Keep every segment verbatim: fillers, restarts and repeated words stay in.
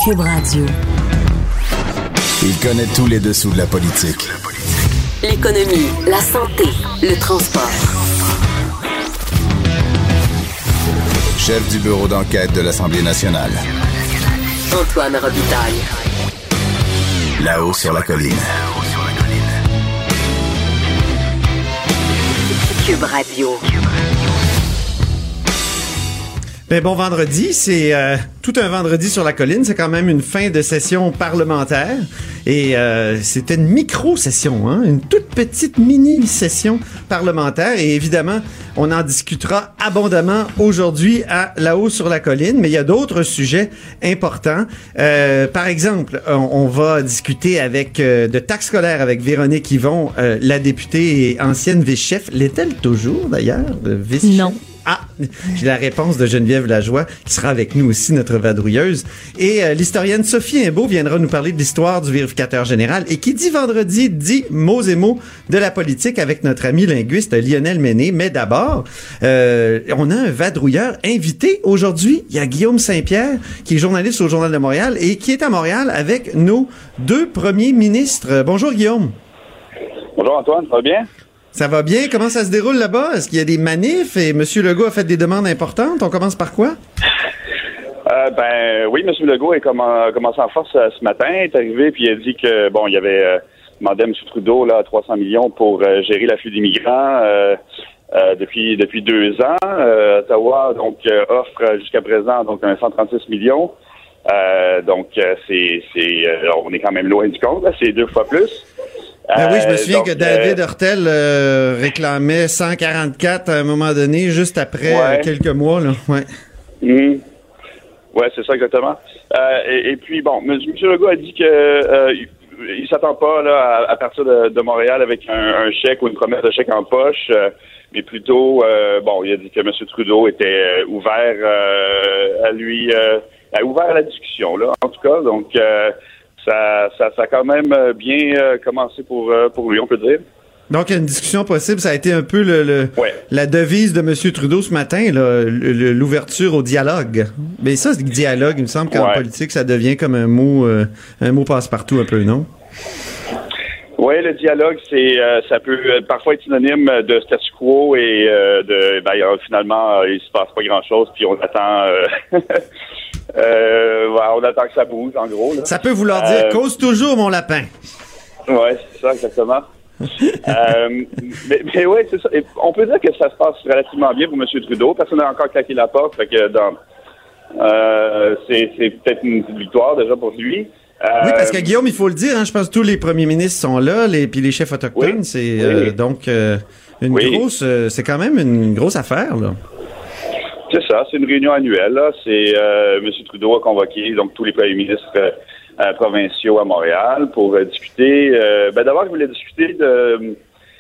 Cube Radio. Il connaît tous les dessous de la politique. L'économie, la santé, le transport. Chef du bureau d'enquête de l'Assemblée nationale. Antoine Robitaille. Là-haut sur la colline. Cube Radio. Ben bon vendredi, c'est euh, tout un vendredi sur la colline, c'est quand même une fin de session parlementaire et euh, c'était une micro-session, hein, une toute petite mini-session parlementaire et évidemment, on en discutera abondamment aujourd'hui à Là-haut sur la colline, mais il y a d'autres sujets importants. Euh, par exemple, on, on va discuter avec euh, de taxes scolaires avec Véronique Yvon, euh, la députée et ancienne vice-chef. L'est-elle toujours d'ailleurs, vice-chef? Non. Ah, j'ai la réponse de Geneviève Lajoie, qui sera avec nous aussi, notre vadrouilleuse. Et euh, l'historienne Sophie Imbeau viendra nous parler de l'histoire du vérificateur général. Et qui dit vendredi, dit mots et mots de la politique avec notre ami linguiste Lionel Méné. Mais d'abord, euh, on a un vadrouilleur invité aujourd'hui. Il y a Guillaume Saint-Pierre, qui est journaliste au Journal de Montréal et qui est à Montréal avec nos deux premiers ministres. Bonjour Guillaume. Bonjour Antoine, ça va bien? Ça va bien? Comment ça se déroule là-bas? Est-ce qu'il y a des manifs et M. Legault a fait des demandes importantes? On commence par quoi? Euh, ben oui, M. Legault a commencé en force euh, ce matin, est arrivé puis il a dit que bon, il avait euh, demandé à M. Trudeau là trois cents millions pour euh, gérer l'afflux d'immigrants euh, euh, depuis depuis deux ans. Euh, Ottawa donc euh, offre jusqu'à présent donc un cent trente-six millions. Euh, donc euh, c'est c'est euh, on est quand même loin du compte, là, c'est deux fois plus. Ben oui, je me souviens donc, que David euh, Hurtel euh, réclamait cent quarante-quatre à un moment donné, juste après ouais. euh, quelques mois. Là. Ouais, mmh. ouais c'est ça exactement. Euh, et, et puis, bon, M. Legault a dit que euh, il, il s'attend pas là, à, à partir de, de Montréal avec un, un chèque ou une promesse de chèque en poche, euh, mais plutôt, euh, bon, il a dit que M. Trudeau était ouvert euh, à lui, euh, à ouvert à la discussion, là, en tout cas. Donc, euh, Ça, ça, ça a quand même bien euh, commencé pour, euh, pour lui, on peut dire. donc, il y a une discussion possible. Ça a été un peu le, le ouais. la devise de M. Trudeau ce matin, là, le, l'ouverture au dialogue. Mais ça, c'est le dialogue, il me semble qu'en ouais. politique, ça devient comme un mot, euh, un mot passe-partout un peu, non? Oui, le dialogue, c'est euh, ça peut euh, parfois être synonyme de statu quo et euh, de ben, finalement, euh, il se passe pas grand-chose, puis on attend... Euh, Euh, ouais, on attend que ça bouge, en gros. Là. Ça peut vouloir dire euh, « cause toujours, mon lapin ». Oui, c'est ça, exactement. euh, mais mais oui, c'est ça. Et on peut dire que ça se passe relativement bien pour M. Trudeau. Personne n'a encore claqué la porte. Fait que dans, euh, c'est, c'est peut-être une petite victoire déjà pour lui. Euh, oui, parce que Guillaume, il faut le dire, hein, je pense que tous les premiers ministres sont là, les, puis les chefs autochtones. Oui, c'est oui. Euh, donc euh, une oui. grosse... Euh, c'est quand même une grosse affaire, là. C'est ça, c'est une réunion annuelle. Là. C'est euh, M. Trudeau a convoqué donc tous les premiers ministres euh, provinciaux à Montréal pour euh, discuter. Euh, ben d'abord, il voulait discuter de,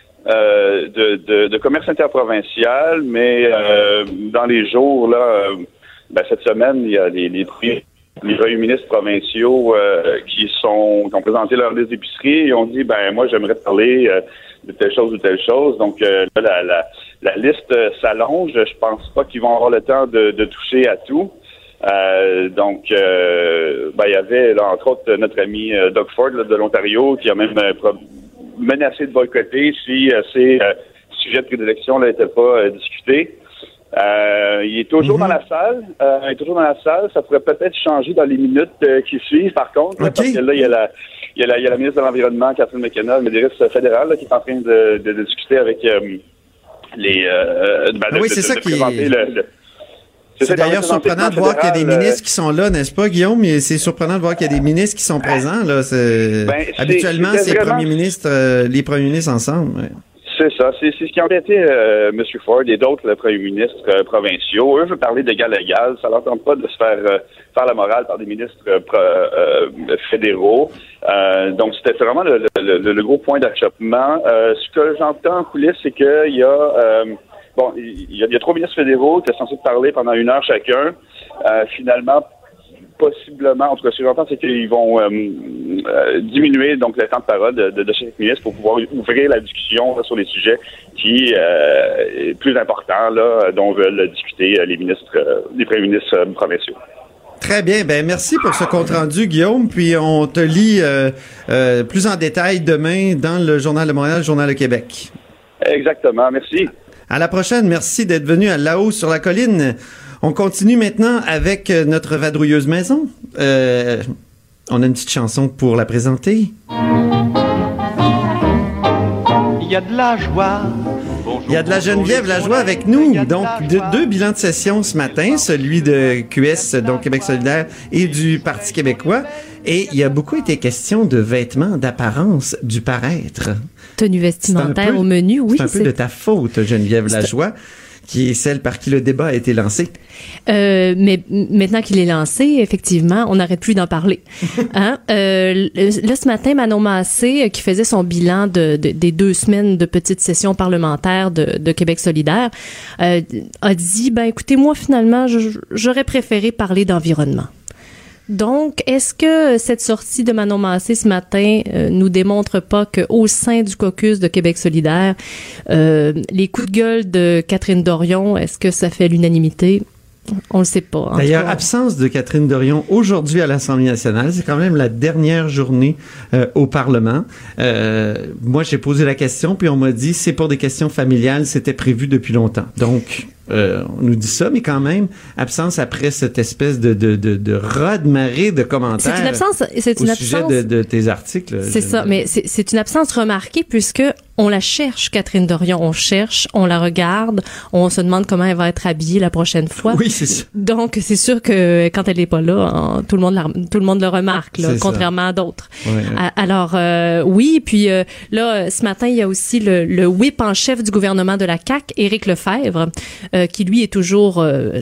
euh, de, de, de commerce interprovincial, mais euh, dans les jours là, euh, ben, cette semaine, il y a les, les, les premiers ministres provinciaux euh, qui sont qui ont présenté leur liste d'épicerie et ont dit ben moi j'aimerais parler euh, de telle chose ou telle chose. Donc euh, là, la, la La liste euh, s'allonge. Je pense pas qu'ils vont avoir le temps de, de toucher à tout. Euh, donc, euh, ben, il y avait, là, entre autres, notre ami euh, Doug Ford là, de l'Ontario qui a même euh, pro- menacé de boycotter si euh, ces euh, sujets de prédilection n'étaient pas euh, discutés. Euh, il est toujours mm-hmm. dans la salle. Euh, il est toujours dans la salle. Ça pourrait peut-être changer dans les minutes euh, qui suivent, par contre. Okay. Là, parce que là, il y a la il y a la, il y a la ministre de l'Environnement, Catherine McKenna, le ministre fédéral, là, qui est en train de, de, de discuter avec... Euh, les euh, ben, ah oui, de, c'est de, ça de qui est... Le, le... C'est, c'est d'ailleurs surprenant de voir qu'il y a des ministres qui sont là, n'est-ce pas, Guillaume? C'est surprenant de voir qu'il y a des ministres qui sont présents. Là. C'est... Ben, habituellement, c'est, c'est les premiers ministres, euh, les premiers ministres ensemble. Ouais. C'est ça. C'est, c'est ce qui embêtait euh, M. Ford et d'autres le premiers ministres euh, provinciaux. Eux veulent parler d'égal à égal. Ça leur tente pas de se faire euh, faire la morale par des ministres euh, pro, euh, fédéraux. Euh, donc, c'était vraiment le, le, le, le gros point d'achoppement. Euh, ce que j'entends en coulisses, c'est qu'il y a... Euh, Bon, il y, a, il y a trois ministres fédéraux qui étaient censés parler pendant une heure chacun. Euh, finalement, possiblement, en tout cas, ce que j'entends, c'est qu'ils vont euh, euh, diminuer donc le temps de parole de, de, de chaque ministre pour pouvoir ouvrir la discussion là, sur les sujets qui euh, est plus importants, là, dont veulent discuter les ministres, euh, les premiers ministres euh, provinciaux. Très bien. Ben merci pour ce compte-rendu, Guillaume. Puis on te lit euh, euh, plus en détail demain dans le Journal de Montréal, le Journal de Québec. Exactement. Merci. À la prochaine. Merci d'être venu à Là-haut sur la colline. On continue maintenant avec notre vadrouilleuse maison. Euh, on a une petite chanson pour la présenter. Il y a de la joie. Il y a de la Geneviève Lajoie avec nous. Donc, de, deux bilans de session ce matin, celui de Q S, donc Québec solidaire, et du Parti québécois. Et il y a beaucoup été question de vêtements, d'apparence, du paraître. Tenue vestimentaire peu, au menu, oui. C'est un peu c'est... de ta faute, Geneviève Lajoie, qui est celle par qui le débat a été lancé. Euh, mais maintenant qu'il est lancé, effectivement, on n'arrête plus d'en parler. Hein? Euh, là, ce matin, Manon Massé, qui faisait son bilan de, de, des deux semaines de petite session parlementaire de, de Québec solidaire, euh, a dit, ben écoutez, moi, finalement, je, j'aurais préféré parler d'environnement. Donc, est-ce que cette sortie de Manon Massé ce matin euh, nous démontre pas qu'au sein du caucus de Québec solidaire, euh, les coups de gueule de Catherine Dorion, est-ce que ça fait l'unanimité? On le sait pas. D'ailleurs, cas. absence de Catherine Dorion aujourd'hui à l'Assemblée nationale. C'est quand même la dernière journée euh, au Parlement. Euh, moi, j'ai posé la question, puis on m'a dit c'est pour des questions familiales, c'était prévu depuis longtemps. Donc, euh, on nous dit ça, mais quand même, absence après cette espèce de, de, de, de raz-de-marée de commentaires. C'est une absence. C'est au une sujet absence. de, de tes articles. C'est je... ça, mais c'est, c'est une absence remarquée puisque on la cherche, Catherine Dorion. On cherche, on la regarde, on se demande comment elle va être habillée la prochaine fois. Oui, c'est ça. Donc, c'est sûr que quand elle n'est pas là, hein, tout le monde la, tout le monde le remarque, là, contrairement ça. à d'autres. Ouais, ouais. Alors, euh, oui, puis euh, là, ce matin, il y a aussi le, le whip en chef du gouvernement de la C A Q, Éric Lefebvre, euh, qui lui est toujours... Euh,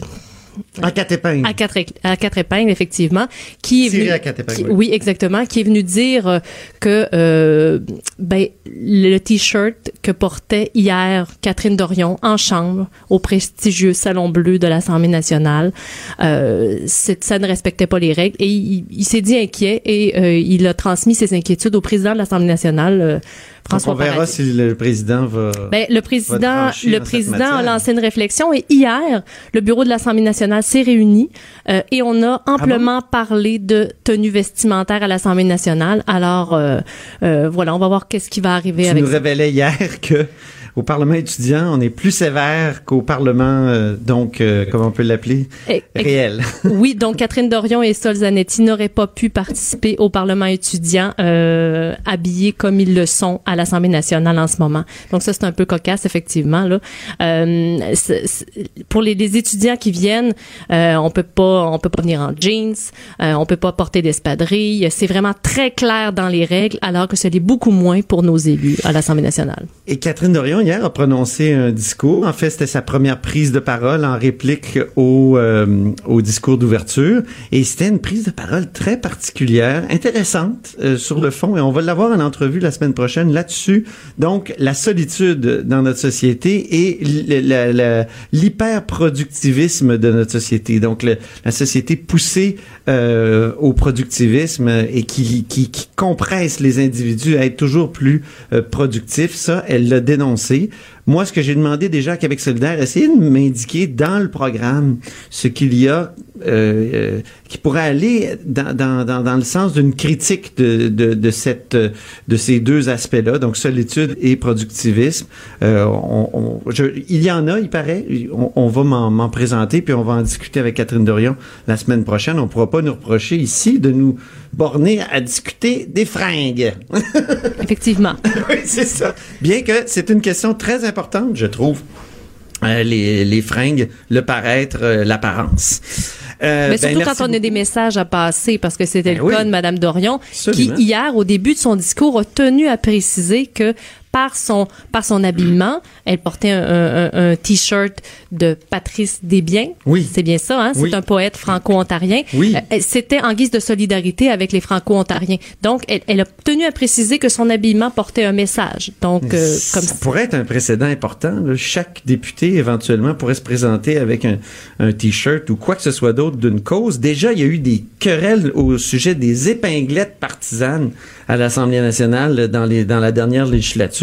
À quatre épingles. À quatre, à quatre épingles, effectivement. Qui est Tiré venu, à quatre épingles. Qui, oui, exactement. Qui est venu dire euh, que euh, ben le t-shirt que portait hier Catherine Dorion en chambre au prestigieux Salon Bleu de l'Assemblée nationale, euh, c'est, ça ne respectait pas les règles. Et il, il s'est dit inquiet et euh, il a transmis ses inquiétudes au président de l'Assemblée nationale, euh, François Donc on verra Paradis. si le président va. Ben, le président, le président a matière. lancé une réflexion et hier, le bureau de l'Assemblée nationale s'est réuni euh, et on a amplement ah bon? parlé de tenue vestimentaire à l'Assemblée nationale. Alors euh, euh, voilà, on va voir qu'est-ce qui va arriver tu avec nous ça. révélais hier que au Parlement étudiant, on est plus sévère qu'au Parlement, euh, donc, euh, comment on peut l'appeler, Et, réel. Oui, donc Catherine Dorion et Sol Zanetti n'auraient pas pu participer au Parlement étudiant euh, habillés comme ils le sont à l'Assemblée nationale en ce moment. Donc ça, c'est un peu cocasse, effectivement. Là, euh, c'est, c'est, pour les, les étudiants qui viennent, euh, on peut pas, on peut pas venir en jeans, euh, on peut pas porter d'espadrilles. C'est vraiment très clair dans les règles, alors que ce l'est beaucoup moins pour nos élus à l'Assemblée nationale. Et Catherine Dorion hier a prononcé un discours. En fait, c'était sa première prise de parole en réplique au, euh, au discours d'ouverture. Et c'était une prise de parole très particulière, intéressante euh, sur le fond. Et on va l'avoir en entrevue la semaine prochaine là-dessus. Donc, la solitude dans notre société et l- la, la, l'hyper-productivisme de notre société. Donc, le, la société poussée euh, au productivisme et qui, qui, qui compresse les individus à être toujours plus euh, productifs. Ça, elle l'a dénoncé. Moi, ce que j'ai demandé déjà à Québec solidaire, essayez de m'indiquer dans le programme ce qu'il y a euh, euh, qui pourrait aller dans, dans, dans, dans le sens d'une critique de, de, de, cette, de ces deux aspects-là, donc solitude et productivisme. Euh, on, on, je, il y en a, il paraît. On, on va m'en, m'en présenter, puis on va en discuter avec Catherine Dorion la semaine prochaine. On ne pourra pas nous reprocher ici de nous borner à discuter des fringues. Effectivement. Oui, c'est ça. Bien que c'est une question très importante, je trouve. Euh, les, les fringues, le paraître, euh, l'apparence. Euh, Mais surtout ben, quand on a des messages à passer, parce que c'était ben le oui. cas de Mme Dorion, Absolument. qui hier, au début de son discours, a tenu à préciser que par son par son habillement, elle portait un, un, un t-shirt de Patrice Desbiens. Oui. C'est bien ça, hein? C'est Oui. un poète franco-ontarien. Oui. Euh, c'était en guise de solidarité avec les franco-ontariens. Donc, elle, elle a tenu à préciser que son habillement portait un message. Donc, euh, ça comme pourrait être un précédent important. Là. Chaque député, éventuellement, pourrait se présenter avec un, un t-shirt ou quoi que ce soit d'autre d'une cause. Déjà, il y a eu des querelles au sujet des épinglettes partisanes à l'Assemblée nationale dans, les, dans la dernière législature.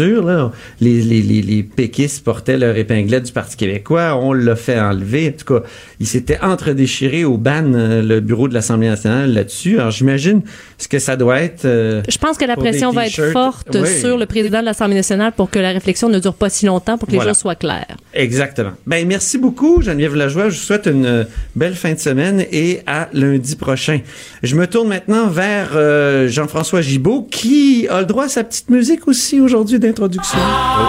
censure, là. Les, les, les, les péquistes portaient leur épinglette du Parti québécois. On l'a fait enlever. En tout cas, il s'était entre-déchiré au ban euh, le bureau de l'Assemblée nationale là-dessus. Alors, j'imagine ce que ça doit être. Euh, Je pense que la pression va être forte oui. sur le président de l'Assemblée nationale pour que la réflexion ne dure pas si longtemps, pour que voilà. les choses soient claires. Exactement. Ben, merci beaucoup, Geneviève Lajoie. Je vous souhaite une belle fin de semaine et à lundi prochain. Je me tourne maintenant vers euh, Jean-François Gibault, qui a le droit à sa petite musique aussi aujourd'hui d'introduction. Oh.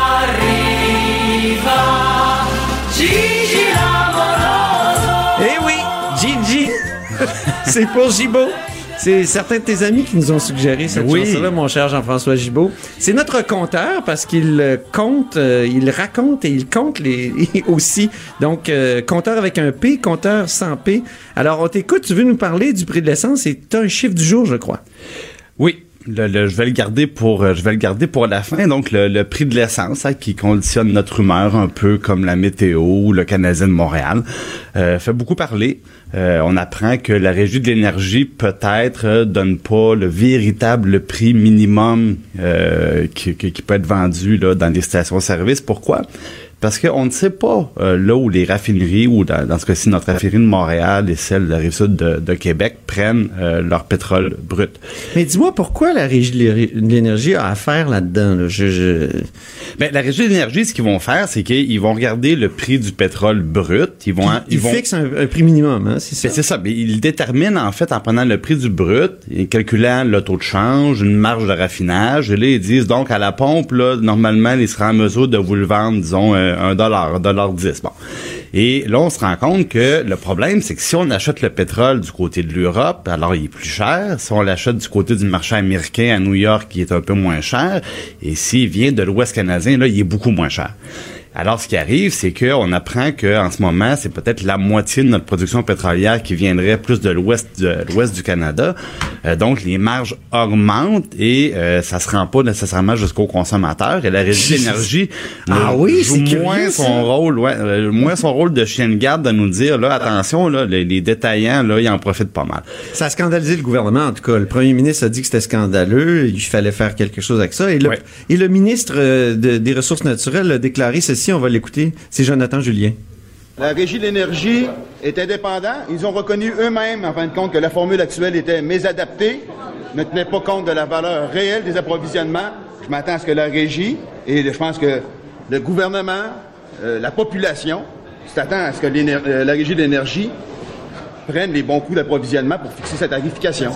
Eh oui, Gigi! C'est pour Gibault. C'est certains de tes amis qui nous ont suggéré cette oui. chanson-là, mon cher Jean-François Gibault. C'est notre conteur parce qu'il compte, euh, il raconte et il compte les aussi. Donc, euh, compteur avec un P, compteur sans P. Alors, on t'écoute, tu veux nous parler du prix de l'essence et tu as un chiffre du jour, je crois. Oui. Le, le, je vais le garder pour euh, je vais le garder pour la fin. Donc le, le prix de l'essence hein, qui conditionne notre humeur un peu comme la météo ou le Canadien de Montréal euh, fait beaucoup parler. Euh, on apprend que la Régie de l'énergie peut-être euh, donne pas le véritable prix minimum euh, qui, qui, qui peut être vendu là dans les stations-service. Pourquoi? Parce qu'on ne sait pas euh, là où les raffineries, ou dans, dans ce cas-ci notre raffinerie de Montréal et celle de la Rive-Sud de, de Québec prennent euh, leur pétrole brut. Mais dis-moi, pourquoi la Régie de l'énergie a affaire là-dedans? Là? Je, je... Ben, la Régie de l'énergie, ce qu'ils vont faire, c'est qu'ils vont regarder le prix du pétrole brut. Ils vont, ils, ils vont... fixent un, un prix minimum, hein, c'est ça? Ben, c'est ça. Ben, ils déterminent, en fait, en prenant le prix du brut, et calculant le taux de change, une marge de raffinage, et là, ils disent, donc, à la pompe, là, normalement, ils seraient en mesure de vous le vendre, disons, euh, un dollar, un dollar dix. Bon. Et là, on se rend compte que le problème, c'est que si on achète le pétrole du côté de l'Europe, alors il est plus cher. Si on l'achète du côté du marché américain à New York, il est un peu moins cher. Et s'il vient de l'Ouest canadien, là, il est beaucoup moins cher. Alors, ce qui arrive, c'est qu'on apprend qu'en ce moment, c'est peut-être la moitié de notre production pétrolière qui viendrait plus de l'ouest de l'ouest du Canada. Euh, donc, les marges augmentent et euh, ça se rend pas nécessairement jusqu'au consommateur. Et la Régie de l'énergie ah oui, joue c'est moins curieux, son ça. rôle, ouais, euh, moins son rôle de chien de garde de nous dire là, attention, là, les, les détaillants, là, ils en profitent pas mal. Ça a scandalisé le gouvernement, en tout cas. Le premier ministre a dit que c'était scandaleux, il fallait faire quelque chose avec ça. Et le, ouais. et le ministre de, des Ressources naturelles a déclaré ceci, on va l'écouter. C'est Jonathan Julien. La Régie de l'énergie est indépendante. Ils ont reconnu eux-mêmes, en fin de compte, que la formule actuelle était mésadaptée, ne tenait pas compte de la valeur réelle des approvisionnements. Je m'attends à ce que la Régie, et je pense que le gouvernement, euh, la population, s'attend à ce que euh, la Régie de l'énergie prenne les bons coûts d'approvisionnement pour fixer sa tarification.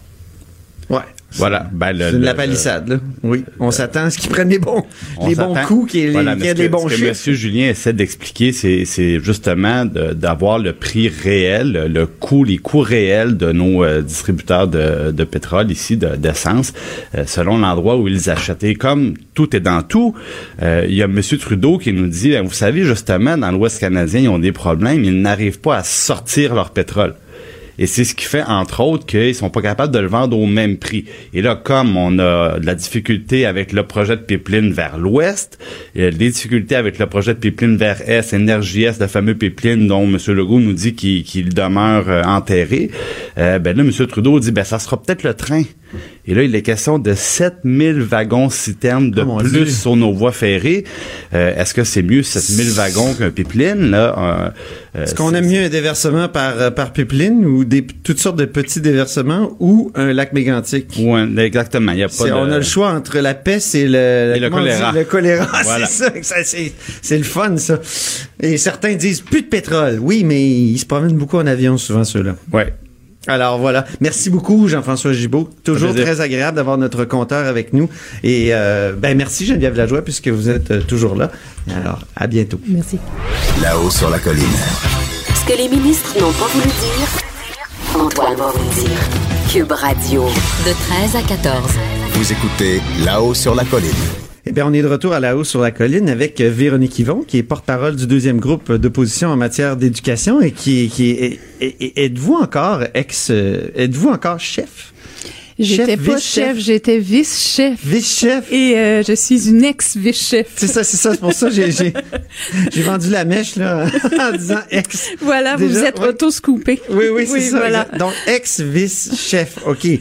Ouais. Voilà. Ben, le, c'est de la le, palissade, là. Oui. On s'attend à ce qu'ils prennent les bons, les bons coups, qu'il y ait, voilà, qu'il y ait des bons chiffres. Ce que M. Julien essaie d'expliquer, c'est, c'est justement de, d'avoir le prix réel, le coût, les coûts réels de nos euh, distributeurs de, de pétrole ici, de, d'essence, euh, selon l'endroit où ils achètent. Et comme tout est dans tout, euh, il y a M. Trudeau qui nous dit, vous savez, justement, dans l'Ouest canadien, ils ont des problèmes, ils n'arrivent pas à sortir leur pétrole. Et c'est ce qui fait, entre autres, qu'ils sont pas capables de le vendre au même prix. Et là, comme on a de la difficulté avec le projet de pipeline vers l'ouest, il y a des difficultés avec le projet de pipeline vers est, Énergie Est, le fameux pipeline dont M. Legault nous dit qu'il, qu'il demeure euh, enterré, euh, ben là, M. Trudeau dit, ben ça sera peut-être le train. Et là, il est question de sept mille wagons-citernes de oh plus Dieu. Sur nos voies ferrées. Euh, est-ce que c'est mieux sept mille wagons qu'un pipeline, là? Euh, est-ce qu'on aime mieux un déversement par, par pipeline ou des, toutes sortes de petits déversements ou un lac mégantique? Oui, exactement. Y a pas de... On a le choix entre la peste et le, et le choléra. Dit, le choléra, voilà. c'est ça, ça c'est, c'est le fun, ça. Et certains disent plus de pétrole. Oui, mais ils se promènent beaucoup en avion, souvent, ceux-là. Ouais. Alors voilà, merci beaucoup Jean-François Gibault, toujours très agréable d'avoir notre compteur avec nous et euh, ben merci Geneviève Lajoie puisque vous êtes euh, toujours là. Alors à bientôt. Merci. Là-haut sur la colline. Ce que les ministres n'ont pas voulu dire, Antoine va vous le dire. Cube Radio, de treize à quatorze. Vous écoutez Là-haut sur la colline. Eh bien, on est de retour à La Haut sur la colline avec Véronique Yvon, qui est porte-parole du deuxième groupe d'opposition en matière d'éducation et qui, qui est, est, est, êtes-vous encore ex, êtes-vous encore chef? J'étais chef, pas chef, j'étais vice-chef. Vice-chef. Et euh, je suis une ex-vice-chef. C'est ça, c'est ça, c'est pour ça que j'ai, j'ai, j'ai vendu la mèche, là, en disant ex. Voilà, déjà, vous êtes ouais. auto-scoopé. Oui, oui, c'est oui, ça. Voilà. Donc, ex-vice-chef, OK.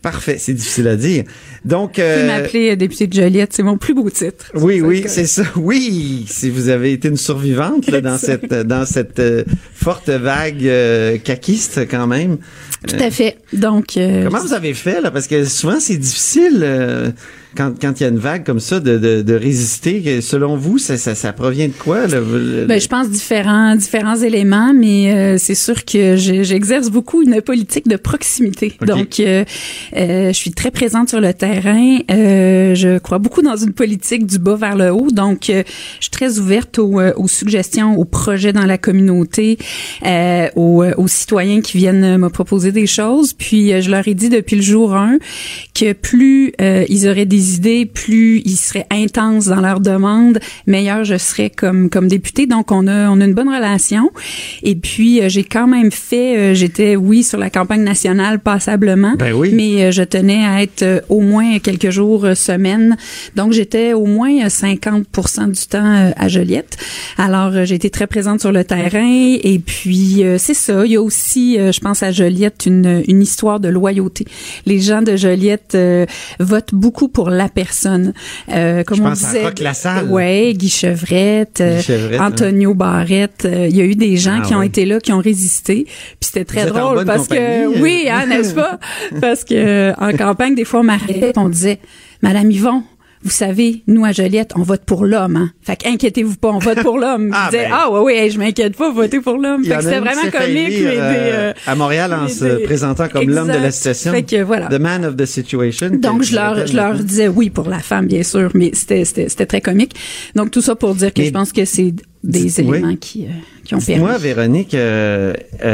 Parfait, c'est difficile à dire. Donc, euh, vous pouvez m'appeler député de Joliette, c'est mon plus beau titre. Oui, oui, c'est ça. Oui, si vous avez été une survivante là, dans cette dans cette euh, forte vague euh, caquiste quand même. Tout à fait. Donc, euh, comment vous avez fait là? Parce que souvent c'est difficile euh, quand quand il y a une vague comme ça de de, de résister. Selon vous, ça ça, ça provient de quoi? Là? Ben, je pense différents différents éléments, mais euh, c'est sûr que je, j'exerce beaucoup une politique de proximité. Okay. Donc, euh, euh, je suis très présente sur le terrain. Euh, je crois beaucoup dans une politique du bas vers le haut. Donc, euh, je suis très ouverte aux, aux suggestions, aux projets dans la communauté, euh, aux, aux citoyens qui viennent me proposer des choses. Puis, euh, je leur ai dit depuis le jour un que plus euh, ils auraient des idées, plus ils seraient intenses dans leurs demandes, meilleur je serais comme comme députée. Donc, on a on a une bonne relation. Et puis, euh, j'ai quand même fait, euh, j'étais, oui, sur la campagne nationale passablement, ben oui. mais euh, je tenais à être euh, au moins quelques jours, euh, semaine. Donc, j'étais au moins cinquante pour cent du temps euh, à Joliette. Alors, euh, j'ai été très présente sur le terrain. Et puis, euh, c'est ça. Il y a aussi, euh, je pense à Joliette, une, une histoire de loyauté. Les gens de Joliette euh, votent beaucoup pour la personne. Euh, comme je on pense disait, à Roch Lassalle. Ouais, Guy Chevrette, Guy Chevrette Antonio hein. Barrette. Euh, il y a eu des gens ah, qui ont oui. été là, qui ont résisté. Puis c'était très Vous drôle parce que, oui, hein, n'est-ce pas? Parce que en campagne, des fois, on m'arrêtait, on disait, Madame Yvon, vous savez, nous à Joliette, on vote pour l'homme. Hein? Fait qu'inquiétez-vous pas, on vote pour l'homme. ah, je disais, ben, ah ouais, ouais, je m'inquiète pas, votez pour l'homme. Fait que c'était vraiment comique. Lire, mais des, euh, à Montréal en se des, présentant comme exact. l'homme de la situation. Fait que voilà. The man of the situation. Donc je leur, je leur disais oui pour la femme, bien sûr, mais c'était, c'était, c'était très comique. Donc tout ça pour dire que mais, je pense que c'est des éléments oui. qui, euh, qui ont permis. Moi, Véronique, euh,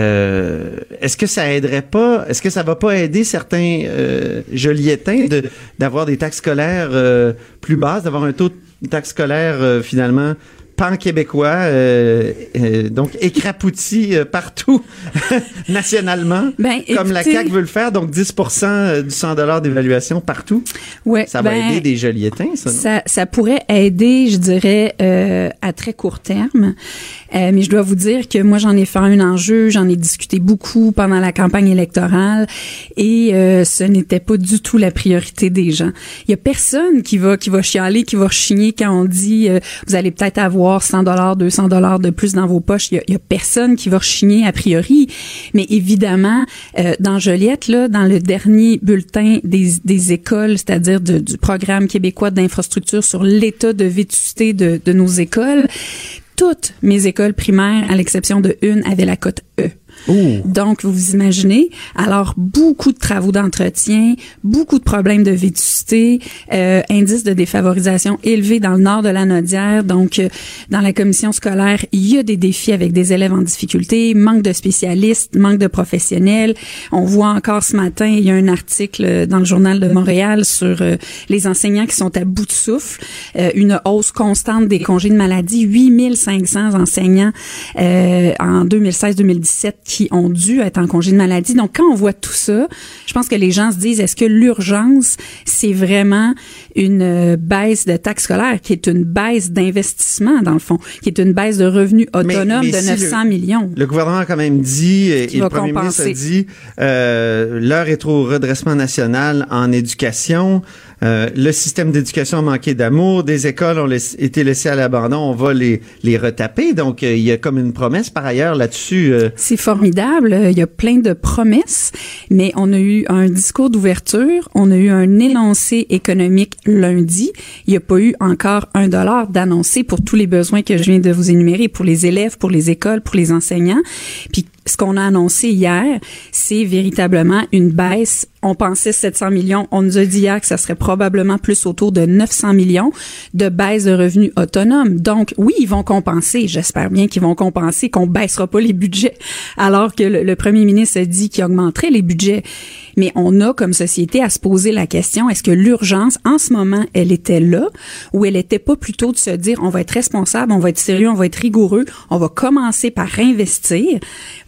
euh, est-ce que ça aiderait pas, est-ce que ça va pas aider certains euh, Joliétains de d'avoir des taxes scolaires euh, plus basses, d'avoir un taux de taxe scolaire euh, finalement pan-québécois, euh, euh, donc écrapouti euh, partout nationalement, ben, comme écoutez, la C A Q veut le faire, donc dix pour cent du cent dollars d'évaluation partout. Ouais, ça va ben, aider des Joliétains, ça, non? Ça, ça pourrait aider, je dirais, euh, à très court terme. Euh, mais je dois vous dire que moi, j'en ai fait un enjeu, j'en ai discuté beaucoup pendant la campagne électorale et euh, ce n'était pas du tout la priorité des gens. Il y a personne qui va qui va chialer, qui va rechigner quand on dit euh, vous allez peut-être avoir cent dollars, deux cents dollars de plus dans vos poches. Il y a, il y a personne qui va rechigner a priori. Mais évidemment, euh, dans Joliette, là, dans le dernier bulletin des, des écoles, c'est-à-dire de, du programme québécois d'infrastructure sur l'état de vétusté de, de nos écoles, toutes mes écoles primaires, à l'exception de une, avaient la cote E. Ouh. Donc, vous vous imaginez, alors beaucoup de travaux d'entretien, beaucoup de problèmes de vétusté, euh, indice de défavorisation élevé dans le nord de la Naudière. Donc, euh, dans la commission scolaire, il y a des défis avec des élèves en difficulté, manque de spécialistes, manque de professionnels. On voit encore ce matin, il y a un article dans le Journal de Montréal sur euh, les enseignants qui sont à bout de souffle, euh, une hausse constante des congés de maladie, huit mille cinq cents enseignants euh, en deux mille seize deux mille dix-sept qui ont dû être en congé de maladie. Donc, quand on voit tout ça, je pense que les gens se disent, est-ce que l'urgence, c'est vraiment une baisse de taxe scolaire, qui est une baisse d'investissement, dans le fond, qui est une baisse de revenus autonomes mais, mais de si neuf cents le, millions. Le gouvernement a quand même dit, et, et le premier compenser. ministre a dit, euh, l'heure est au redressement national en éducation. Euh, le système d'éducation a manqué d'amour, des écoles ont laissé, été laissées à l'abandon, on va les, les retaper. Donc, euh, il y a comme une promesse par ailleurs là-dessus. Euh. C'est formidable. Il y a plein de promesses, mais on a eu un discours d'ouverture, on a eu un énoncé économique lundi. Il n'y a pas eu encore un dollar d'annoncé pour tous les besoins que je viens de vous énumérer, pour les élèves, pour les écoles, pour les enseignants. Puis, ce qu'on a annoncé hier, c'est véritablement une baisse. On pensait sept cents millions. On nous a dit hier que ça serait probablement plus autour de neuf cents millions de baisse de revenus autonomes. Donc, oui, ils vont compenser. J'espère bien qu'ils vont compenser, qu'on baissera pas les budgets, alors que le, le premier ministre a dit qu'il augmenterait les budgets. Mais on a, comme société, à se poser la question, est-ce que l'urgence, en ce moment, elle était là, ou elle était pas plutôt de se dire, on va être responsable, on va être sérieux, on va être rigoureux, on va commencer par investir.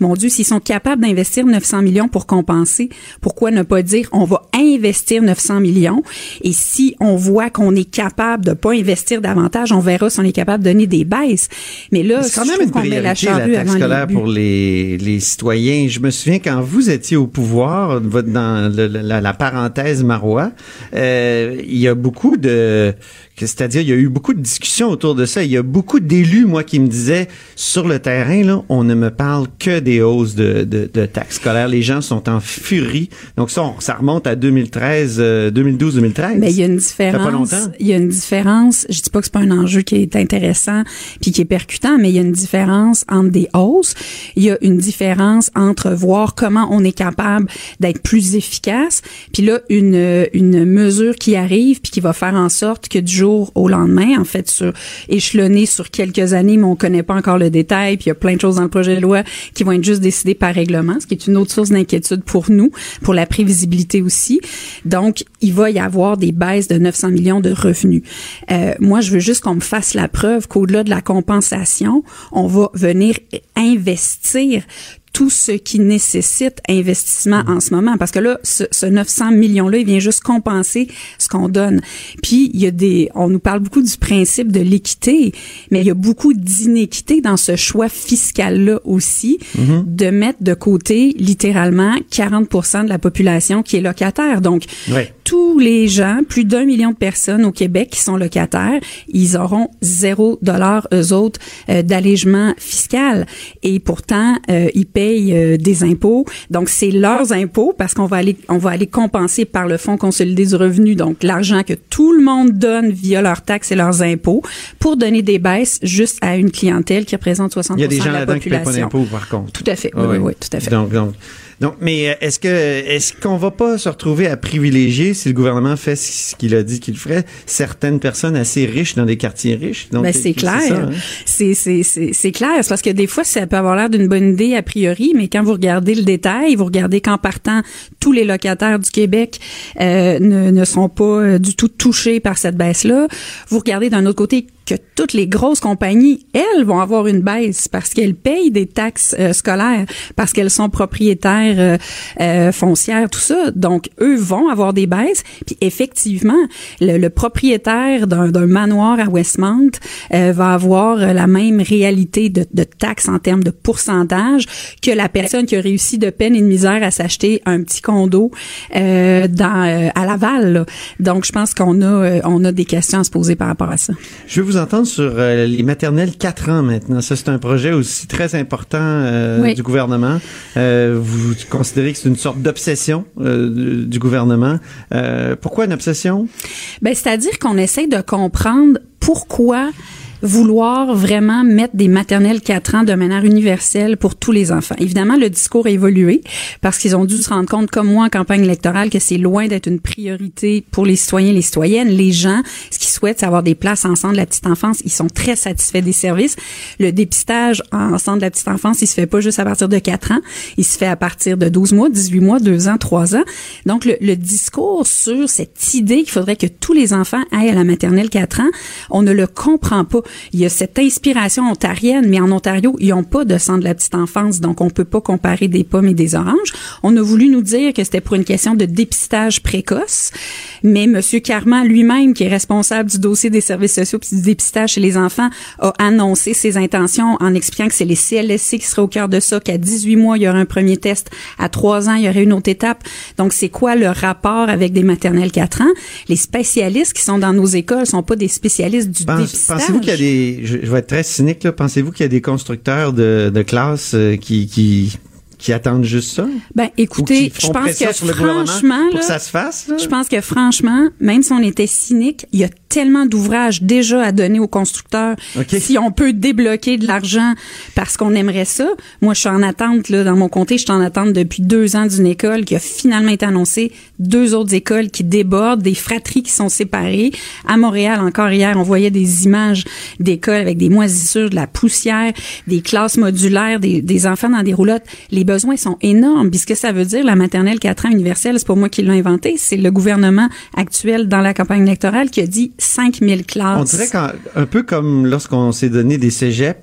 mon Dieu, s'ils sont capables d'investir neuf cents millions pour compenser, pourquoi ne pas dire on va investir neuf cents millions et si on voit qu'on est capable de pas investir davantage, on verra si on est capable de donner des baisses. Mais là, c'est quand même une priorité, la, la taxe scolaire pour les, les citoyens. Je me souviens quand vous étiez au pouvoir, dans le, la, la parenthèse Marois, euh, il y a beaucoup de... C'est-à-dire, il y a eu beaucoup de discussions autour de ça. Il y a beaucoup d'élus, moi, qui me disaient, sur le terrain, là, on ne me parle que des hausses de, de, de taxes scolaires. Les gens sont en furie. Donc ça, on, ça remonte à deux mille treize, euh, deux mille douze, deux mille treize. Mais il y a une différence. Ça fait pas longtemps. Il y a une différence. Je dis pas que c'est pas un enjeu qui est intéressant puis qui est percutant, mais il y a une différence entre des hausses. Il y a une différence entre voir comment on est capable d'être plus efficace. Puis là, une, une mesure qui arrive puis qui va faire en sorte que du jour au lendemain, en fait, sur échelonné sur quelques années, mais on connaît pas encore le détail, puis il y a plein de choses dans le projet de loi qui vont être juste décidées par règlement, ce qui est une autre source d'inquiétude pour nous, pour la prévisibilité aussi. Donc, il va y avoir des baisses de neuf cents millions de revenus. Euh, moi, je veux juste qu'on me fasse la preuve qu'au-delà de la compensation, on va venir investir tout ce qui nécessite investissement en ce moment. Parce que là, ce, ce neuf cents millions-là, il vient juste compenser ce qu'on donne. Puis, il y a des, on nous parle beaucoup du principe de l'équité, mais il y a beaucoup d'inéquité dans ce choix fiscal-là aussi, mm-hmm. de mettre de côté, littéralement, quarante pour cent de la population qui est locataire. Donc, ouais. tous les gens, plus d'un million de personnes au Québec qui sont locataires, ils auront zéro dollar, eux autres, euh, d'allègement fiscal. Et pourtant, euh, ils payent Euh, des impôts. Donc, c'est leurs impôts parce qu'on va aller, on va aller compenser par le Fonds consolidé du revenu, donc l'argent que tout le monde donne via leurs taxes et leurs impôts pour donner des baisses juste à une clientèle qui représente soixante pour cent de la population. Il y a des gens là-dedans qui ne paient pas d'impôts, par contre. Tout à fait, oui, oui, oui, tout à fait. Donc, donc, donc, mais est-ce que est-ce qu'on va pas se retrouver à privilégier, si le gouvernement fait ce qu'il a dit qu'il ferait, certaines personnes assez riches dans des quartiers riches? Donc, ben, c'est clair. C'est, ça, hein? c'est, c'est, c'est, c'est clair. C'est parce que des fois, ça peut avoir l'air d'une bonne idée a priori, mais quand vous regardez le détail, vous regardez qu'en partant, tous les locataires du Québec euh, ne, ne sont pas du tout touchés par cette baisse-là. Vous regardez d'un autre côté que toutes les grosses compagnies, elles, vont avoir une baisse parce qu'elles payent des taxes euh, scolaires, parce qu'elles sont propriétaires euh, euh, foncières, tout ça. Donc, eux vont avoir des baisses. Puis, effectivement, le, le propriétaire d'un, d'un manoir à Westmount euh, va avoir la même réalité de, de taxes en termes de pourcentage que la personne qui a réussi de peine et de misère à s'acheter un petit condo euh, dans euh, à Laval. Là. Donc, je pense qu'on a euh, on a des questions à se poser par rapport à ça. Je veux vous entendre sur euh, les maternelles quatre ans maintenant. Ça, c'est un projet aussi très important euh, oui. du gouvernement. Euh, vous considérez que c'est une sorte d'obsession euh, du, du gouvernement. Euh, pourquoi une obsession? Ben, c'est-à-dire qu'on essaie de comprendre pourquoi vouloir vraiment mettre des maternelles quatre ans de manière universelle pour tous les enfants. Évidemment, le discours a évolué parce qu'ils ont dû se rendre compte, comme moi en campagne électorale, que c'est loin d'être une priorité pour les citoyens et les citoyennes. Les gens, ce qu'ils souhaitent, c'est avoir des places en centre de la petite enfance. Ils sont très satisfaits des services. Le dépistage en centre de la petite enfance, il se fait pas juste à partir de quatre ans. Il se fait à partir de douze mois, dix-huit mois, deux ans, trois ans. Donc, le, le discours sur cette idée qu'il faudrait que tous les enfants aillent à la maternelle quatre ans, on ne le comprend pas. Il y a cette inspiration ontarienne, mais en Ontario, ils n'ont pas de centre de la petite enfance, donc on peut pas comparer des pommes et des oranges. On a voulu nous dire que c'était pour une question de dépistage précoce, mais M. Carman lui-même, qui est responsable du dossier des services sociaux et du dépistage chez les enfants, a annoncé ses intentions en expliquant que c'est les C L S C qui seraient au cœur de ça, qu'à dix-huit mois, il y aurait un premier test, à trois ans, il y aurait une autre étape. Donc, c'est quoi le rapport avec des maternelles quatre ans? Les spécialistes qui sont dans nos écoles sont pas des spécialistes du Pense, dépistage. Pensez-vous qu'il y a des, je, je vais être très cynique là, pensez-vous qu'il y a des constructeurs de, de classes euh, qui, qui qui attendent juste ça? Ben, écoutez, je pense que franchement, pour là, que ça se fasse, là? Je pense que franchement, même si on était cynique, il y a tellement d'ouvrages déjà à donner aux constructeurs. Okay. Si on peut débloquer de l'argent parce qu'on aimerait ça. Moi, je suis en attente, là, dans mon comté, je suis en attente depuis deux ans d'une école qui a finalement été annoncée. Deux autres écoles qui débordent, des fratries qui sont séparées. À Montréal, encore hier, on voyait des images d'écoles avec des moisissures, de la poussière, des classes modulaires, des, des enfants dans des roulottes. Les besoins sont énormes. Puis ce que ça veut dire, la maternelle quatre ans universelle, c'est pas moi qui l'ai inventé, c'est le gouvernement actuel dans la campagne électorale qui a dit cinq mille classes. On dirait qu'un un peu comme lorsqu'on s'est donné des cégeps,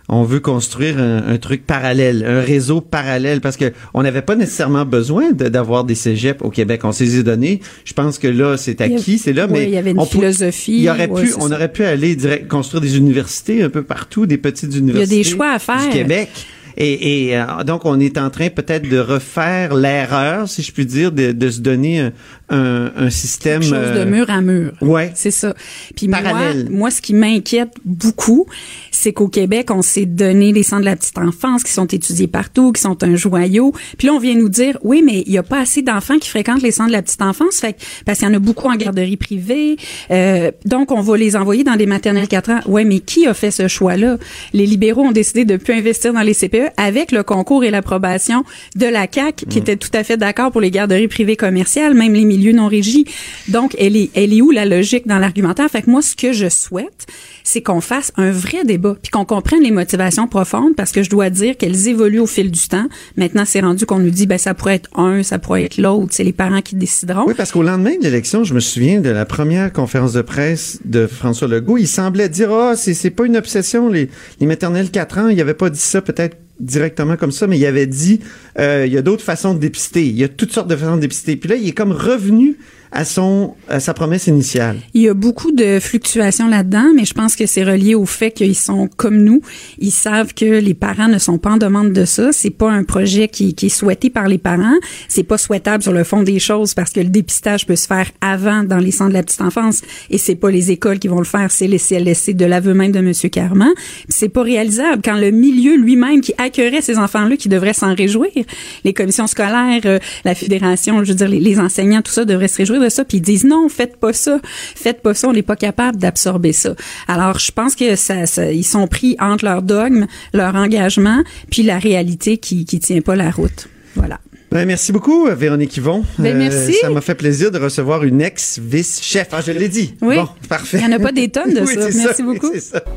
on veut construire un, un truc parallèle, un réseau parallèle, parce que on n'avait pas nécessairement besoin de, d'avoir des cégeps au Québec. On s'est les donné. Je pense que là, c'est acquis, c'est là, ouais, mais il y avait une on philosophie. Il y aurait ouais, pu, on ça. aurait pu aller direct construire des universités un peu partout, des petites universités. Il y a des choix à faire. Du Québec. Et, et euh, donc, on est en train peut-être de refaire l'erreur, si je puis dire, de, de se donner un, un, un système... Quelque chose de mur à mur. Ouais. C'est ça. Puis parallèle. Moi, moi, ce qui m'inquiète beaucoup, c'est qu'au Québec, on s'est donné les centres de la petite enfance qui sont étudiés partout, qui sont un joyau. Puis là, on vient nous dire, oui, mais il y a pas assez d'enfants qui fréquentent les centres de la petite enfance, fait que, parce qu'il y en a beaucoup en garderie privée. Euh, donc, on va les envoyer dans des maternelles quatre ans. Ouais, mais qui a fait ce choix-là? Les libéraux ont décidé de plus investir dans les C P E avec le concours et l'approbation de la C A Q, qui mmh. était tout à fait d'accord pour les garderies privées commerciales, même les milieux non régis. Donc, elle est, elle est où la logique dans l'argumentaire? Fait que moi, ce que je souhaite, c'est qu'on fasse un vrai débat, puis qu'on comprenne les motivations profondes, parce que je dois dire qu'elles évoluent au fil du temps. Maintenant, c'est rendu qu'on nous dit, ben ça pourrait être un, ça pourrait être l'autre, c'est les parents qui décideront. Oui, parce qu'au lendemain de l'élection, je me souviens de la première conférence de presse de François Legault, il semblait dire, ah, oh, c'est, c'est pas une obsession, les, les maternelles quatre ans, il avait pas dit ça peut-être directement comme ça, mais il avait dit euh, il y a d'autres façons de dépister, il y a toutes sortes de façons de dépister. Puis là, il est comme revenu à son à sa promesse initiale. Il y a beaucoup de fluctuations là-dedans, mais je pense que c'est relié au fait qu'ils sont comme nous. Ils savent que les parents ne sont pas en demande de ça. C'est pas un projet qui, qui est souhaité par les parents. C'est pas souhaitable sur le fond des choses parce que le dépistage peut se faire avant dans les centres de la petite enfance et c'est pas les écoles qui vont le faire, c'est les C L S C de l'aveu même de M. Carman. C'est pas réalisable quand le milieu lui-même qui accueillerait ces enfants-là qui devrait s'en réjouir, les commissions scolaires, euh, la fédération, je veux dire les, les enseignants, tout ça devrait se réjouir de ça, puis ils disent non, faites pas ça, faites pas ça, on n'est pas capable d'absorber ça. Alors, je pense que ça, ça, ils sont pris entre leur dogme, leur engagement, puis la réalité qui qui tient pas la route. Voilà. Ben, merci beaucoup, Véronique Yvon. Ben, merci. Euh, ça m'a fait plaisir de recevoir une ex-vice-chef. Ah, je l'ai dit. Oui. Bon, parfait. Il n'y en a pas des tonnes de oui, ça. Merci ça, beaucoup. C'est ça.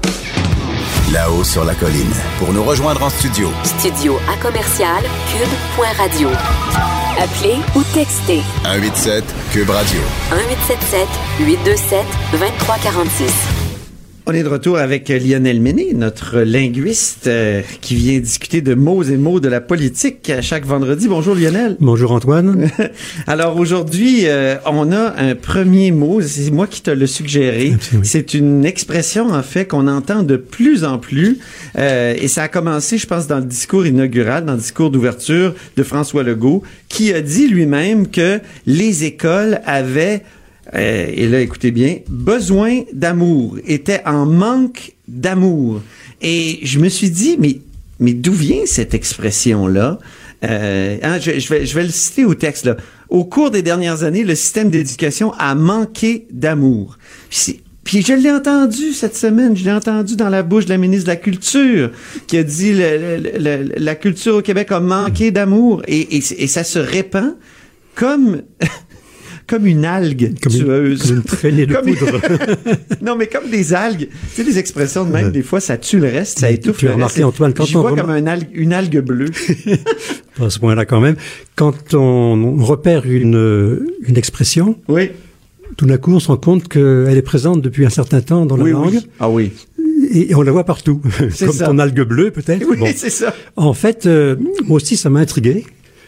Là-haut sur la colline. Pour nous rejoindre en studio. Studio à commercial cube point radio. Appelez ou textez. un huit sept Cube Radio. un huit sept sept huit deux sept deux trois quatre six. On est de retour avec Lionel Méné, notre linguiste euh, qui vient discuter de mots et mots de la politique chaque vendredi. Bonjour Lionel. Bonjour Antoine. Alors aujourd'hui, euh, on a un premier mot, c'est moi qui te l'ai suggéré. Absolument. C'est une expression en fait qu'on entend de plus en plus euh, et ça a commencé, je pense, dans le discours inaugural, dans le discours d'ouverture de François Legault, qui a dit lui-même que les écoles avaient Euh, et là, écoutez bien, besoin d'amour, était en manque d'amour. Et je me suis dit, mais, mais d'où vient cette expression-là? Euh, hein, je, je, vais, je vais le citer au texte, là. Au cours des dernières années, le système d'éducation a manqué d'amour. Puis, puis je l'ai entendu cette semaine, je l'ai entendu dans la bouche de la ministre de la Culture, qui a dit le, le, le, la culture au Québec a manqué d'amour. Et, et, et ça se répand comme... comme une algue comme tueuse. Une, comme une traînée de comme poudre. Non, mais comme des algues. Tu sais, les expressions de même, euh, des fois, ça tue le reste, ça étouffe tu le as remarqué, reste. Antoine, quand J'y on vois rem... comme un algue, une algue bleue. Pas à ce point-là, quand même. Quand on repère une, une expression, oui. tout d'un coup, on se rend compte qu'elle est présente depuis un certain temps dans la oui, langue. Oui. Ah oui. Et on la voit partout. C'est comme ça. ton algue bleue, peut-être. Oui, bon. c'est ça. En fait, euh, moi aussi, ça m'a intrigué.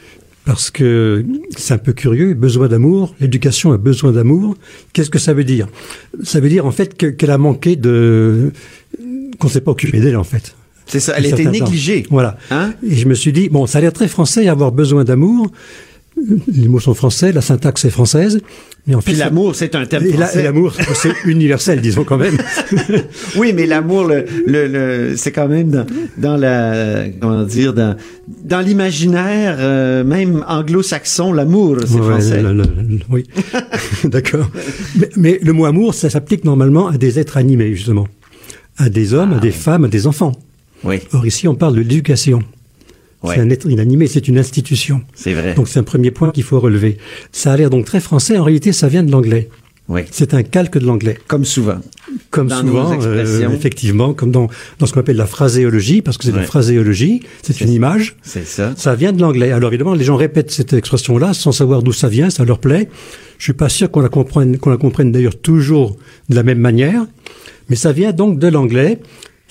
Parce que c'est un peu curieux, besoin d'amour, l'éducation a besoin d'amour. Qu'est-ce que ça veut dire? Ça veut dire en fait que, qu'elle a manqué de... qu'on ne s'est pas occupé d'elle en fait. C'est ça, elle était négligée. Temps. Voilà. Hein? Et je me suis dit, bon, ça a l'air très français, avoir besoin d'amour. Les mots sont français, la syntaxe est française. Mais en fait, puis ça... l'amour, c'est un thème et français. La, et l'amour, c'est universel, disons quand même. Oui, mais l'amour, le, le, le, c'est quand même dans, dans la, comment dire, dans, dans l'imaginaire, euh, même anglo-saxon, l'amour, c'est ouais, français. Le, le, le, oui, d'accord. Mais, mais le mot amour, ça s'applique normalement à des êtres animés, justement. À des hommes, ah, à des oui. femmes, à des enfants. Oui. Or ici, on parle de l'éducation. Ouais. C'est un être inanimé, c'est une institution. C'est vrai. Donc c'est un premier point qu'il faut relever. Ça a l'air donc très français, en réalité ça vient de l'anglais. Oui. C'est un calque de l'anglais. Comme souvent. Comme dans souvent, euh, effectivement, comme dans, dans ce qu'on appelle la phraséologie, parce que c'est ouais. la phraséologie, c'est, c'est une image. C'est ça. Ça vient de l'anglais. Alors évidemment, les gens répètent cette expression-là sans savoir d'où ça vient, ça leur plaît. Je suis pas sûr qu'on la comprenne, qu'on la comprenne d'ailleurs toujours de la même manière, mais ça vient donc de l'anglais.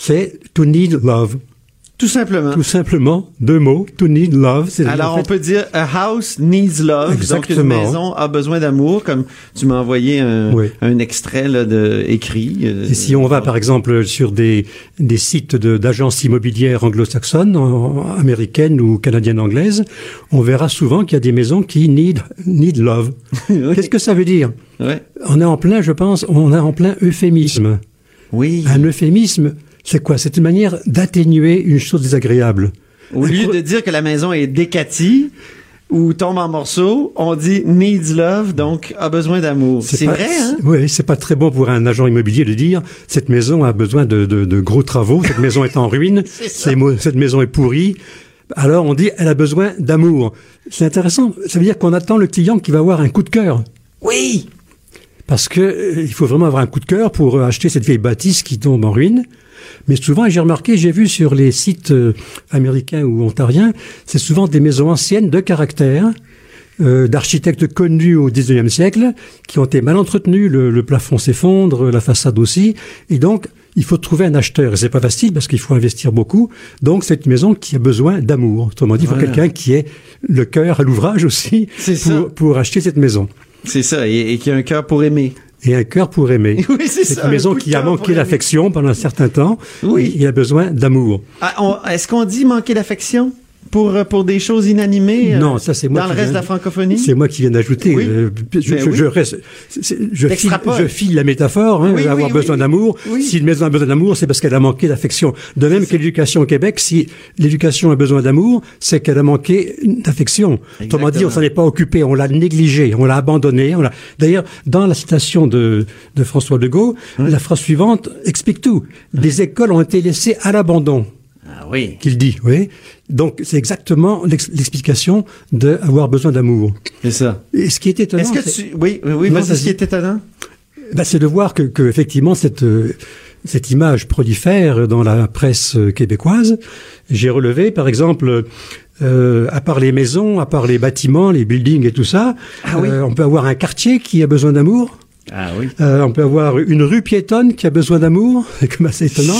c'est to need love. Tout simplement. Tout simplement, deux mots, to need love. C'est Alors, en fait, on peut dire a house needs love. Exactement. Donc, une maison a besoin d'amour, comme tu m'as envoyé un, oui. un extrait là, de, écrit. Euh, Et si on va, par exemple, sur des, des sites de, d'agences immobilières anglo-saxonnes, en, américaines ou canadiennes-anglaises, on verra souvent qu'il y a des maisons qui need, need love. Oui. Qu'est-ce que ça veut dire? Oui. On est en plein, je pense, on est en plein euphémisme. Oui. Un euphémisme, c'est quoi? C'est une manière d'atténuer une chose désagréable. Au lieu de dire que la maison est décatie ou tombe en morceaux, on dit needs love, donc a besoin d'amour. C'est, c'est pas, vrai, hein? Oui, c'est pas très bon pour un agent immobilier de dire cette maison a besoin de, de, de gros travaux, cette maison est en ruine, c'est cette maison est pourrie. Alors on dit elle a besoin d'amour. C'est intéressant. Ça veut dire qu'on attend le client qui va avoir un coup de cœur. Oui. Parce que euh, il faut vraiment avoir un coup de cœur pour euh, acheter cette vieille bâtisse qui tombe en ruine. Mais souvent, j'ai remarqué, j'ai vu sur les sites euh, américains ou ontariens, c'est souvent des maisons anciennes de caractère, euh, d'architectes connus au dix-neuvième siècle, qui ont été mal entretenus, le, le plafond s'effondre, la façade aussi, et donc il faut trouver un acheteur. Et c'est pas facile parce qu'il faut investir beaucoup. Donc c'est une maison qui a besoin d'amour. Autrement dit, il faut voilà. quelqu'un qui ait le cœur à l'ouvrage aussi pour, pour acheter cette maison. C'est ça, et, et qui a un cœur pour aimer. Et un cœur pour aimer. Oui, c'est, c'est ça, une maison qui a manqué d'affection pendant un certain temps. Oui. Il a besoin d'amour. Ah, on, est-ce qu'on dit manquer d'affection pour pour des choses inanimées? Non, ça c'est moi. Dans le reste viens, de la francophonie. C'est moi qui viens d'ajouter. Oui. Euh, je, je, oui. je reste. C'est, je, file, je file la métaphore. Hein, oui, avoir oui, besoin oui. d'amour. Oui. Si une maison a besoin d'amour, c'est parce qu'elle a manqué d'affection. De même que l'éducation au Québec, si l'éducation a besoin d'amour, c'est qu'elle a manqué d'affection. Autrement dit, on s'en est pas occupé, on l'a négligé, on l'a abandonné. On l'a... D'ailleurs, dans la citation de, de François Legault, oui. la phrase suivante explique tout. Des oui. écoles ont été laissées à l'abandon. Ah oui. Qu'il dit, oui. Donc, c'est exactement l'ex- l'explication d'avoir besoin d'amour. C'est ça. Et ce qui est étonnant... Est-ce que c'est... tu... Oui, oui, oui, non, vas-y, ce qui est étonnant? Ben, c'est de voir que, que effectivement, cette, euh, cette image prolifère dans la presse québécoise. J'ai relevé, par exemple, euh, à part les maisons, à part les bâtiments, les buildings et tout ça, ah, oui. euh, on peut avoir un quartier qui a besoin d'amour. Ah oui. Euh, on peut avoir une rue piétonne qui a besoin d'amour, c'est comme assez étonnant.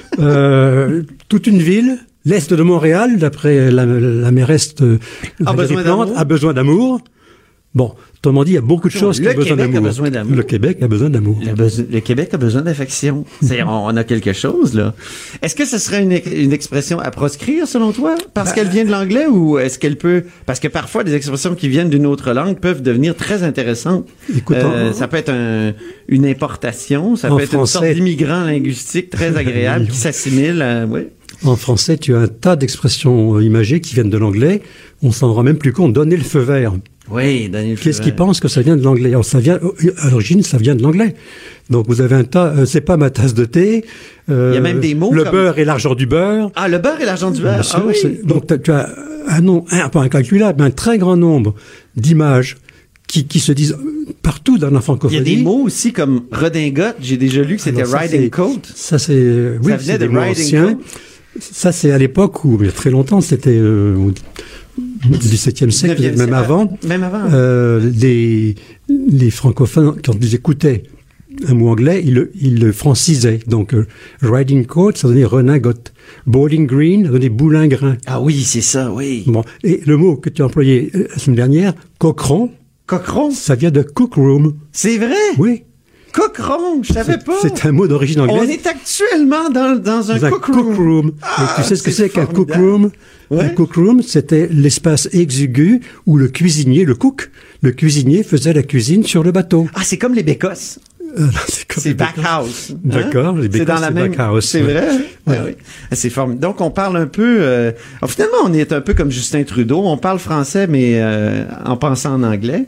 euh, toute une ville, l'est de Montréal, d'après la, la mairesse de a besoin Plante, a besoin d'amour. Bon, autrement dit, il y a beaucoup de choses qui ont besoin d'amour. A besoin d'amour. Le Québec a besoin d'amour. Le, beso- le Québec a besoin d'affection. C'est, on, on a quelque chose, là. Est-ce que ce serait une, une expression à proscrire, selon toi? Parce ben, qu'elle vient de l'anglais ou est-ce qu'elle peut... Parce que parfois, des expressions qui viennent d'une autre langue peuvent devenir très intéressantes. Écoute, euh, on... Ça peut être un, une importation, ça en peut être français, une sorte d'immigrant linguistique très agréable qui s'assimile à... Oui. En français, tu as un tas d'expressions imagées qui viennent de l'anglais. On s'en rend même plus compte. Donner le feu vert. Oui, donner le feu Qu'est-ce vert. qu'ils pensent que ça vient de l'anglais? Alors, ça vient, à l'origine, ça vient de l'anglais. Donc, vous avez un tas, euh, c'est pas ma tasse de thé. Euh, Il y a même des mots Le comme... beurre et l'argent du beurre. Ah, le beurre et l'argent du beurre. Bien sûr, ah, oui. Donc, tu as un nom, un, pas incalculable, mais un très grand nombre d'images qui, qui se disent partout dans la francophonie. Il y a des mots aussi comme redingote. J'ai déjà lu que c'était Alors, ça, riding c'est, coat. Ça, c'est, oui, ça venait c'est de des mots riding anciens. coat. Ça, c'est à l'époque où, il y a très longtemps, c'était euh, au dix-septième siècle, même siècle, avant. Même avant. Euh, les, les francophones, quand ils écoutaient un mot anglais, ils le, ils le francisaient. Donc, euh, riding coat, ça donnait redingote. Bowling green, ça donnait boulingrin. Ah oui, c'est ça, oui. Bon. Et le mot que tu as employé la semaine dernière, cochron. Cochron? Ça vient de cook room. C'est vrai? Oui. Cochron, je savais c'est, pas. C'est un mot d'origine anglaise. On est actuellement dans, dans un, dans cook, un room. cook room. Ah, et tu sais ce que c'est, c'est qu'un cook room? Ouais. Un cook room, c'était l'espace exigu où le cuisinier, le cook, le cuisinier faisait la cuisine sur le bateau. Ah, c'est comme les bécosses. Euh, c'est comme c'est les backhouse. Hein? D'accord, les bécosses, c'est dans la c'est même... backhouse. C'est ouais. vrai? Ouais. Ah, oui. C'est formidable. Donc, on parle un peu... Euh... Alors, finalement, on est un peu comme Justin Trudeau. On parle français, mais euh, en pensant en anglais.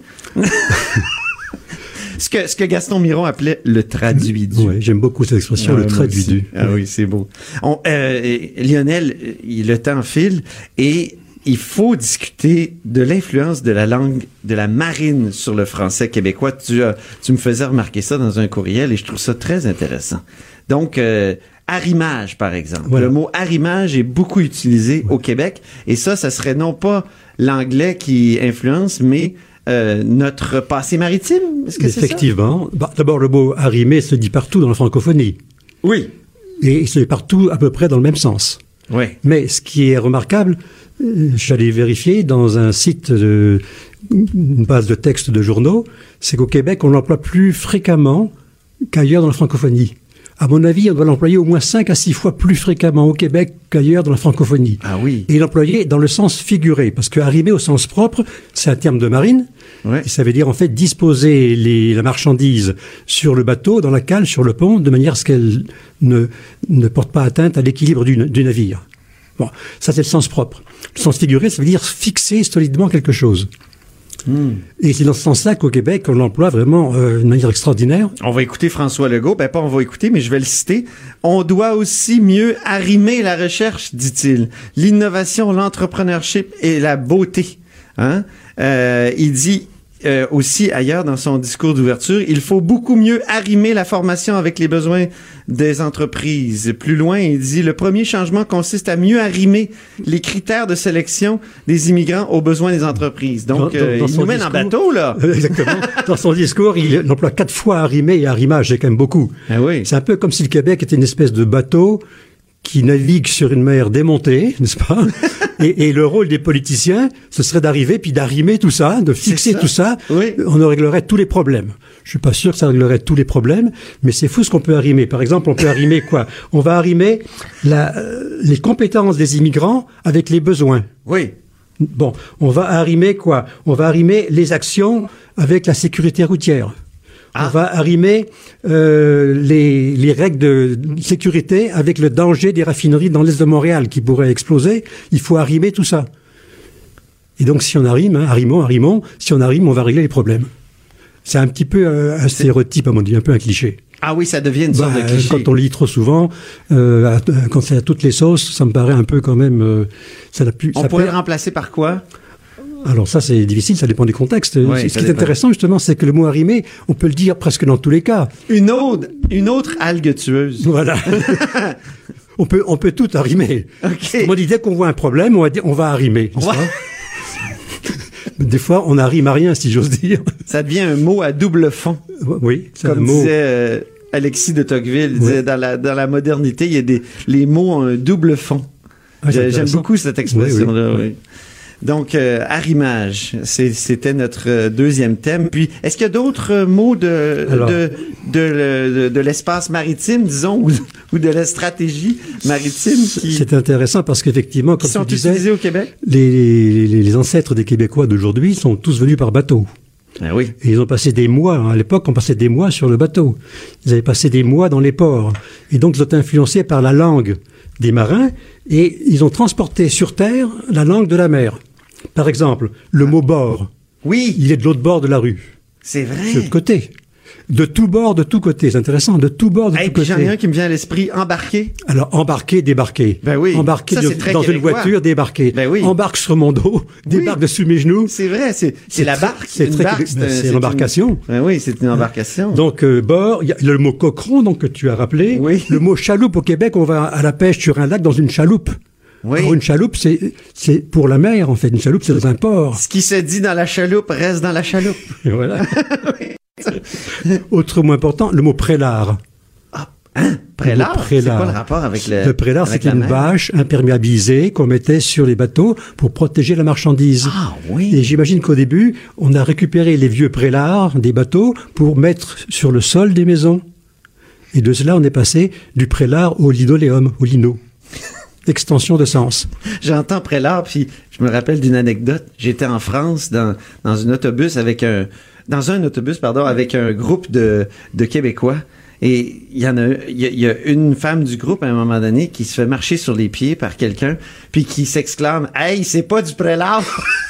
Ce que, ce que Gaston Miron appelait le traduidu. Oui, j'aime beaucoup cette expression, ah, le tradudu. Ah oui, c'est beau. On, euh, Lionel, il, le temps file et il faut discuter de l'influence de la langue de la marine sur le français québécois. Tu, as, tu me faisais remarquer ça dans un courriel et je trouve ça très intéressant. Donc, euh, arrimage, par exemple. Voilà. Le mot arrimage est beaucoup utilisé ouais. au Québec et ça, ça serait non pas l'anglais qui influence, mais... Euh, notre passé maritime, est-ce que Effectivement. c'est ça? Bah, d'abord, le mot arrimé se dit partout dans la francophonie. Oui. Et c'est partout à peu près dans le même sens. Oui. Mais ce qui est remarquable, euh, j'allais vérifier dans un site, de, une base de textes de journaux, c'est qu'au Québec, on l'emploie plus fréquemment qu'ailleurs dans la francophonie. À mon avis, on doit l'employer au moins cinq à six fois plus fréquemment au Québec qu'ailleurs dans la francophonie. Ah oui. Et l'employer dans le sens figuré, parce que arrimer au sens propre, c'est un terme de marine. Ouais. Et ça veut dire en fait disposer les, la marchandise sur le bateau, dans la cale, sur le pont, de manière à ce qu'elle ne, ne porte pas atteinte à l'équilibre du, du navire. Bon, ça c'est le sens propre. Le sens figuré, ça veut dire fixer solidement quelque chose. Mmh. Et c'est dans ce sens-là qu'au Québec, on l'emploie vraiment euh, de manière extraordinaire. On va écouter François Legault. Ben, pas on va écouter, mais je vais le citer. On doit aussi mieux arrimer la recherche, dit-il. L'innovation, l'entrepreneurship et la beauté. Hein? Euh, il dit euh, aussi ailleurs dans son discours d'ouverture, il faut beaucoup mieux arrimer la formation avec les besoins des entreprises. Plus loin, il dit, le premier changement consiste à mieux arrimer les critères de sélection des immigrants aux besoins des entreprises. Donc, dans, euh, dans il nous mène discours, en bateau, là. Exactement. Dans son discours, il emploie quatre fois arrimer et arrimage, c'est quand même beaucoup. Ah oui. C'est un peu comme si le Québec était une espèce de bateau qui navigue sur une mer démontée, n'est-ce pas? et, et le rôle des politiciens, ce serait d'arriver puis d'arrimer tout ça, de fixer ça. tout ça. Oui. On en réglerait tous les problèmes. Je suis pas sûr que ça réglerait tous les problèmes, mais c'est fou ce qu'on peut arrimer. Par exemple, on peut arrimer quoi? On va arrimer la, euh, les compétences des immigrants avec les besoins. Oui. Bon, on va arrimer quoi? On va arrimer les actions avec la sécurité routière. Ah. On va arrimer euh, les, les règles de sécurité avec le danger des raffineries dans l'est de Montréal qui pourraient exploser. Il faut arrimer tout ça. Et donc, si on arrime, hein, arrimons, arrimons, si on arrime, on va régler les problèmes. C'est un petit peu euh, un stéréotype, à mon avis, un peu un cliché. Ah oui, ça devient une sorte bah, de cliché. Quand on le lit trop souvent, euh, à, quand c'est à toutes les sauces, ça me paraît un peu quand même... Euh, ça n'a plus, on ça pourrait peut... le remplacer par quoi? Alors ça, c'est difficile, ça dépend des contextes. Oui, Ce qui est intéressant, justement, c'est que le mot arrimer, on peut le dire presque dans tous les cas. Une autre, une autre algue tueuse. Voilà. on peut, on peut tout arrimer. Okay. Moi, dès qu'on voit un problème, on va dire, on va arrimer. Ouais. Des fois, on n'arrime à rien, si j'ose dire. Ça devient un mot à double fond. Oui, c'est Comme un mot. disait euh, Alexis de Tocqueville, il disait, ouais. dans la, dans la modernité, il y a des, les mots ont un double fond. Ah, J'aime beaucoup cette expression-là, oui. oui. oui. Donc, euh, arrimage, c'est, c'était notre euh, deuxième thème. Puis, est-ce qu'il y a d'autres euh, mots de, Alors, de, de, de, de l'espace maritime, disons, ou, ou de la stratégie maritime qui... C'est intéressant parce qu'effectivement, comme qui sont tu disais, utilisés au Québec? Les, les, les ancêtres des Québécois d'aujourd'hui sont tous venus par bateau. Ah oui. Et ils ont passé des mois, hein, à l'époque, on passait des mois sur le bateau. Ils avaient passé des mois dans les ports. Et donc, ils ont été influencés par la langue des marins et ils ont transporté sur terre la langue de la mer. Par exemple, le mot bord. Oui. Il est de l'autre bord de la rue. C'est vrai. De l'autre côté. De tout bord, de tout côté. C'est intéressant. De tout bord, de hey, tout côté. J'en ai un qui me vient à l'esprit. Embarquer. Alors, embarquer, débarquer. Ben oui. Embarquer Ça, de, dans québécois. une voiture, débarquer. Ben oui. Embarque sur mon dos, débarque oui. dessus mes genoux. C'est vrai. C'est, c'est, c'est la barque. C'est une très, barque. c'est, c'est, c'est l'embarcation. Une... Ben oui, c'est une embarcation. Donc, euh, bord, il y a le mot coqueron, donc, que tu as rappelé. Oui. Le mot chaloupe au Québec, on va à la pêche sur un lac dans une chaloupe. Oui. Alors une chaloupe, c'est, c'est pour la mer, en fait. Une chaloupe, c'est dans un port. Ce qui se dit dans la chaloupe reste dans la chaloupe. Et voilà. Autre mot important, le mot prélard. Ah, hein? Prélard? Le prélard. C'est quoi le rapport avec le Le prélard, c'était une bâche imperméabilisée qu'on mettait sur les bateaux pour protéger la marchandise. Ah oui. Et j'imagine qu'au début, on a récupéré les vieux prélards des bateaux pour mettre sur le sol des maisons. Et de cela, on est passé du prélard au linoléum, au lino. Extension de sens. J'entends prélard, puis je me rappelle d'une anecdote. J'étais en France dans dans un autobus avec un dans un autobus pardon avec un groupe de de Québécois et il y en a il y, y a une femme du groupe à un moment donné qui se fait marcher sur les pieds par quelqu'un puis qui s'exclame "Hey, c'est pas du prélard."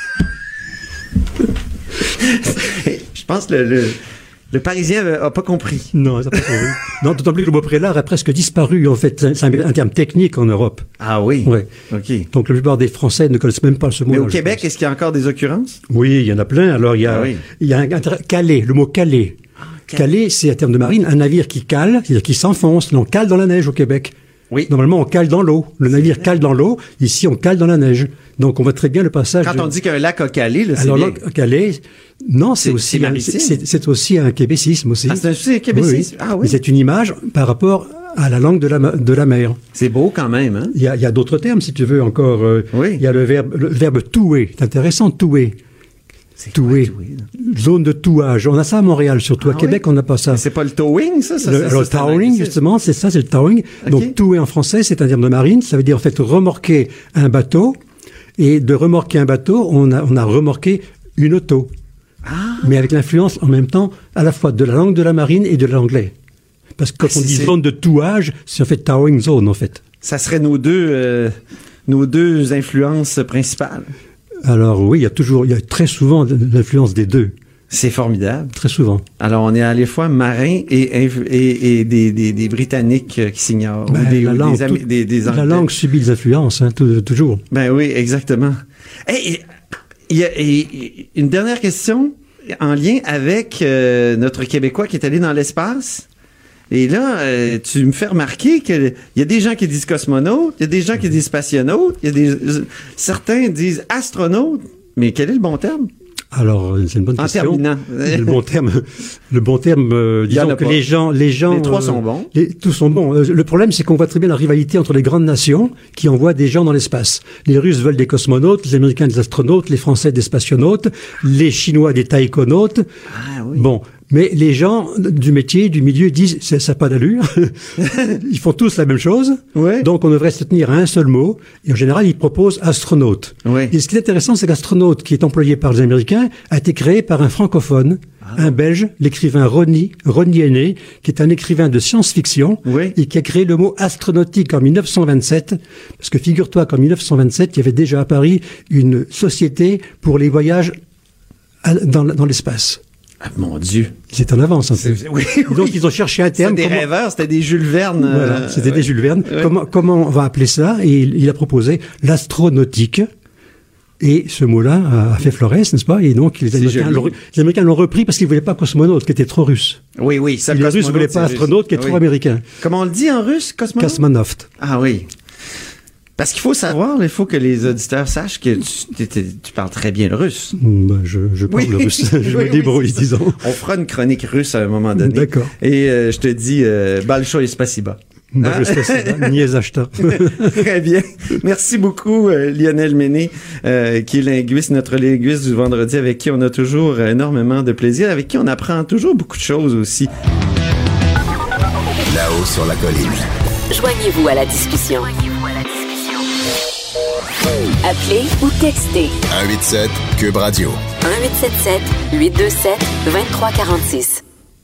Je pense que le, le Le Parisien a pas compris. Non, il n'a pas compris. Non, d'autant plus que le mot prélard a presque disparu, en fait. C'est un, un terme technique en Europe. Ah oui? Ouais. OK. Donc, la plupart des Français ne connaissent même pas ce mot. Mais au Québec, est-ce qu'il y a encore des occurrences? Oui, il y en a plein. Alors, il y a, ah oui. il y a un, un calé, le mot calé. Ah, calé, c'est un terme de marine, un navire qui cale, c'est-à-dire qui s'enfonce. On cale dans la neige au Québec. Oui. Normalement, on cale dans l'eau. Le navire vrai. cale dans l'eau. Ici, on cale dans la neige. Donc, on voit très bien le passage. Quand de... on dit qu'un lac a calé, là, c'est Alors, bien. lac calé, non, c'est, c'est aussi, c'est, un, c'est, c'est aussi un québécisme aussi. Ah, c'est un, c'est un québécisme. Oui, oui. Ah oui. Mais c'est une image par rapport à la langue de la, de la mer. C'est beau quand même, hein? Il y a, il y a d'autres termes, si tu veux, encore. Euh, oui. Il y a le verbe, le verbe touer. C'est intéressant, touer. C'est touer. Quoi, touer Zone de touage. On a ça à Montréal, surtout. Ah, à Québec, oui? on n'a pas ça. Mais c'est pas le towing, ça? ça le, ça alors, ça, le towing, justement, c'est ça, c'est le towing. Okay. Donc, touer en français, c'est un terme de marine. Ça veut dire, en fait, remorquer un bateau. Et de remorquer un bateau, on a, on a remorqué une auto. Ah. Mais avec l'influence, en même temps, à la fois de la langue de la marine et de l'anglais. Parce que quand on dit c'est... zone de touage, c'est en fait towing zone, en fait. Ça serait nos deux, euh, nos deux influences principales. Alors oui, il y a toujours, il y a très souvent l'influence des deux. C'est formidable. Très souvent. Alors on est à la fois marins et, et, et des, des, des Britanniques qui s'ignorent. Ben, des, la, langue, des, tout, des, des la langue subit des influences, hein, tout, toujours. Ben oui, exactement. Et il y a et, une dernière question en lien avec euh, notre Québécois qui est allé dans l'espace. Et là, euh, tu me fais remarquer qu'il y a des gens qui disent cosmonautes, il y a des gens qui disent spationautes, il y a des euh, certains disent astronautes. Mais quel est le bon terme? Alors, c'est une bonne en question. Terminant. Le bon terme, le bon terme, euh, disons que pas. les gens, les gens, les trois euh, sont bons. Les, tous sont bons. Euh, le problème, c'est qu'on voit très bien la rivalité entre les grandes nations qui envoient des gens dans l'espace. Les Russes veulent des cosmonautes, les Américains des astronautes, les Français des spationautes, les Chinois des taïkonautes. Ah oui. Bon. Mais les gens du métier, du milieu, disent ça n'a pas d'allure. Ils font tous la même chose. Ouais. Donc, on devrait se tenir à un seul mot. Et en général, ils proposent astronaute. Ouais. Et ce qui est intéressant, c'est qu'astronaute, qui est employé par les Américains, a été créé par un francophone, ah. un Belge, l'écrivain Ronny, Ronny Henné, qui est un écrivain de science-fiction, oui. et qui a créé le mot astronautique en mille neuf cent vingt-sept. Parce que figure-toi qu'en mille neuf cent vingt-sept, il y avait déjà à Paris une société pour les voyages à, dans, dans l'espace. Ah, mon Dieu. C'est en avance, un peu. Oui, oui. Donc, ils ont cherché un terme. C'était des comment... rêveurs, c'était des Jules Verne. Euh... Voilà, c'était ouais. des Jules Verne. Ouais. Comment, comment on va appeler ça? Et il, il a proposé l'astronautique. Et ce mot-là a fait florès, n'est-ce pas? Et donc, les Américains, l'ont, les Américains l'ont repris parce qu'ils ne voulaient pas cosmonaute, qui était trop russe. Oui, oui. Ça, et les Russes ne voulaient pas astronaute, qui est trop oui. américain. Comment on le dit en russe, cosmonaute? Cosmonaute. Ah oui. Parce qu'il faut savoir, il faut que les auditeurs sachent que tu, tu, tu parles très bien le russe. Ben, je, je parle oui. le russe. Je oui, me débrouille, oui, disons. On fera une chronique russe à un moment donné. D'accord. Et euh, je te dis, euh, Balcho et Spasiba. Hein? Très bien. Merci beaucoup, euh, Lionel Méné, euh, qui est linguiste, notre linguiste du vendredi, avec qui on a toujours énormément de plaisir, avec qui on apprend toujours beaucoup de choses aussi. Là-haut sur la colline. Joignez-vous à la discussion. Appelez ou textez. un huit sept Cube Radio. un huit sept sept huit deux sept deux trois quatre six.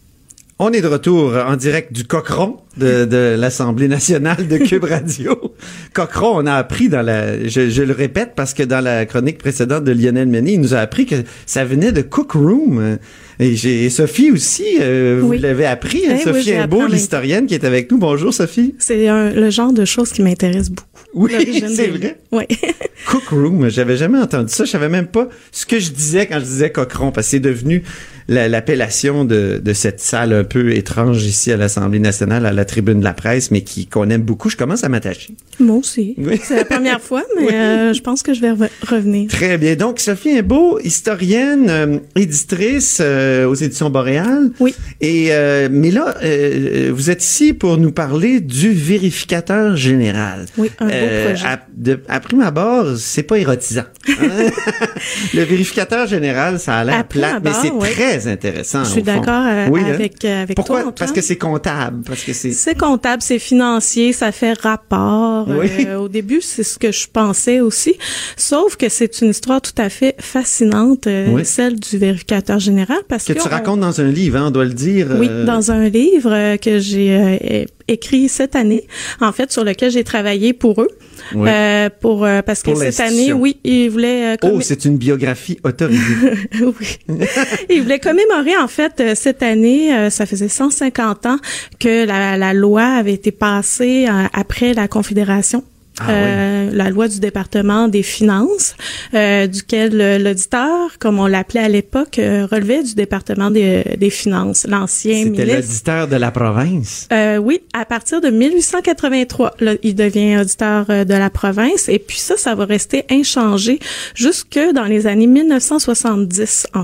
On est de retour en direct du Cochron de, de l'Assemblée nationale de Cube Radio. Cochron, on a appris dans la... Je, je le répète parce que dans la chronique précédente de Lionel Méné, il nous a appris que ça venait de Cook Room. Et, j'ai, et Sophie aussi, euh, oui. vous l'avez appris. Eh Sophie oui, Imbeau, l'historienne qui est avec nous. Bonjour, Sophie. C'est un, le genre de choses qui m'intéresse beaucoup. Oui, c'est vrai. Oui. Cook Room, j'avais jamais entendu ça. Je savais même pas ce que je disais quand je disais Cochron, parce que c'est devenu la, l'appellation de, de cette salle un peu étrange ici à l'Assemblée nationale, à la tribune de la presse, mais qui, qu'on aime beaucoup. Je commence à m'attacher. Moi aussi. Oui. C'est la première fois, mais oui. euh, je pense que je vais re- revenir. Très bien. Donc, Sophie Imbeau, historienne, euh, éditrice euh, aux éditions Boréal. Oui. Et, euh, mais là, euh, vous êtes ici pour nous parler du vérificateur général. Oui, un beau euh, projet. À, de, à prime abord, c'est pas érotisant. Hein? Le vérificateur général, ça a l'air plate, mais c'est oui. très intéressant. Je suis d'accord euh, oui, avec, hein? avec Pourquoi? toi. Parce que c'est comptable. Parce que c'est... c'est comptable, c'est financier, ça fait rapport. Oui. Euh, au début, c'est ce que je pensais aussi. Sauf que c'est une histoire tout à fait fascinante, euh, oui. celle du vérificateur général. Parce que, que tu on... racontes dans un livre, hein, on doit le dire. Oui, euh... dans un livre euh, que j'ai euh, écrit cette année, en fait, sur lequel j'ai travaillé pour eux. Oui. Euh, pour euh, parce que pour cette année, oui, ils voulaient. Euh, commé- oh, c'est une biographie autorisée. Oui. Ils voulaient commémorer en fait euh, cette année. Euh, ça faisait cent cinquante ans que la, la loi avait été passée euh, après la Confédération. Ah, euh, oui. La loi du département des finances, euh, duquel euh, l'auditeur, comme on l'appelait à l'époque, euh, relevait du département des, des finances, l'ancien C'était ministre. C'était l'auditeur de la province? Euh, oui, à partir de mille huit cent quatre-vingt-trois, là, il devient auditeur euh, de la province, et puis ça, ça va rester inchangé jusque dans les années mille neuf cent soixante-dix, en fait.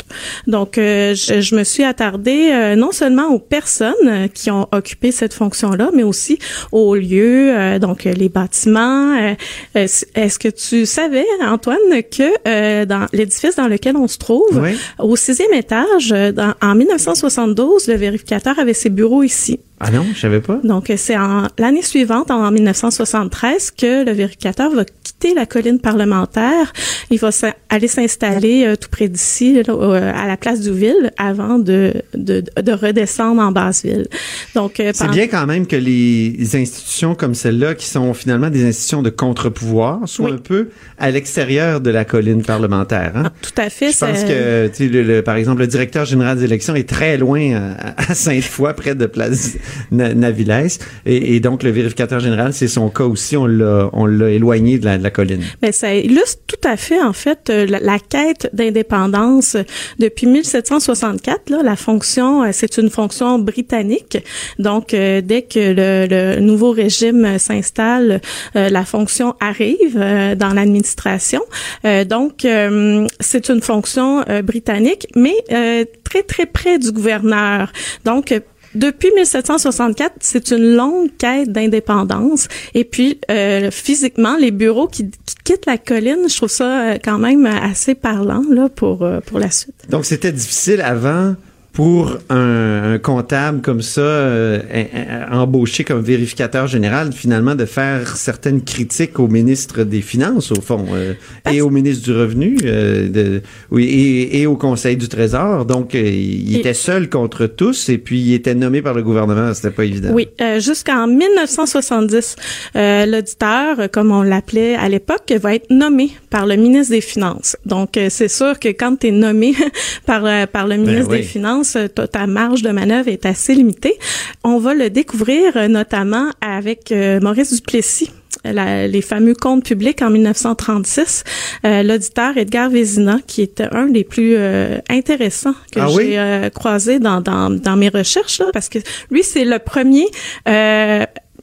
Donc, euh, je, je me suis attardée euh, non seulement aux personnes qui ont occupé cette fonction-là, mais aussi aux lieux, euh, donc les bâtiments. Euh, est-ce que tu savais, Antoine, que euh, dans l'édifice dans lequel on se trouve, oui. au sixième étage, dans, en dix-neuf cent soixante-douze, le vérificateur avait ses bureaux ici. Ah non, je savais pas. Donc, c'est en l'année suivante, en dix-neuf cent soixante-treize, que le vérificateur va quitter la colline parlementaire. Il va aller s'installer euh, tout près d'ici, là, euh, à la place Douville, avant de, de, de redescendre en Basse-Ville. Donc, euh, c'est pendant... bien quand même que les institutions comme celle-là, qui sont finalement des institutions de contre-pouvoir, soient oui. un peu à l'extérieur de la colline parlementaire. Hein? Ah, tout à fait. Je pense que, tu sais, le, le, par exemple, le directeur général des élections est très loin à, à Sainte-Foy, près de Place Navillès, et, et donc le vérificateur général, c'est son cas aussi, on l'a, on l'a éloigné de la, de la colline. Mais ça illustre tout à fait, en fait, la, la quête d'indépendance depuis mille sept cent soixante-quatre. Là, la fonction, c'est une fonction britannique. Donc, euh, dès que le, le nouveau régime s'installe, euh, la fonction arrive euh, dans l'administration. Euh, donc, euh, c'est une fonction euh, britannique, mais euh, très, très près du gouverneur. Donc, depuis mille sept cent soixante-quatre, c'est une longue quête d'indépendance. Et puis, euh, physiquement, les bureaux qui, qui quittent la colline, je trouve ça euh, quand même assez parlant là pour euh, pour la suite. Donc, c'était difficile avant pour un, un comptable comme ça, euh, embauché comme vérificateur général, finalement, de faire certaines critiques au ministre des Finances, au fond, euh, et au ministre du Revenu, euh, de, oui, et, et au Conseil du Trésor. Donc, euh, il et, était seul contre tous, et puis il était nommé par le gouvernement. C'était pas évident. Oui, euh, jusqu'en dix-neuf cent soixante-dix, euh, l'auditeur, comme on l'appelait à l'époque, va être nommé par le ministre des Finances. Donc, euh, c'est sûr que quand tu es nommé par, euh, par le ministre ben, oui. des Finances, ta marge de manœuvre est assez limitée. On va le découvrir notamment avec euh, Maurice Duplessis. La, les fameux comptes publics en dix-neuf cent trente-six, euh, l'auditeur Edgar Vézina, qui était un des plus euh, intéressants que ah j'ai oui? euh, croisé dans, dans, dans mes recherches, là, parce que lui, c'est le premier euh,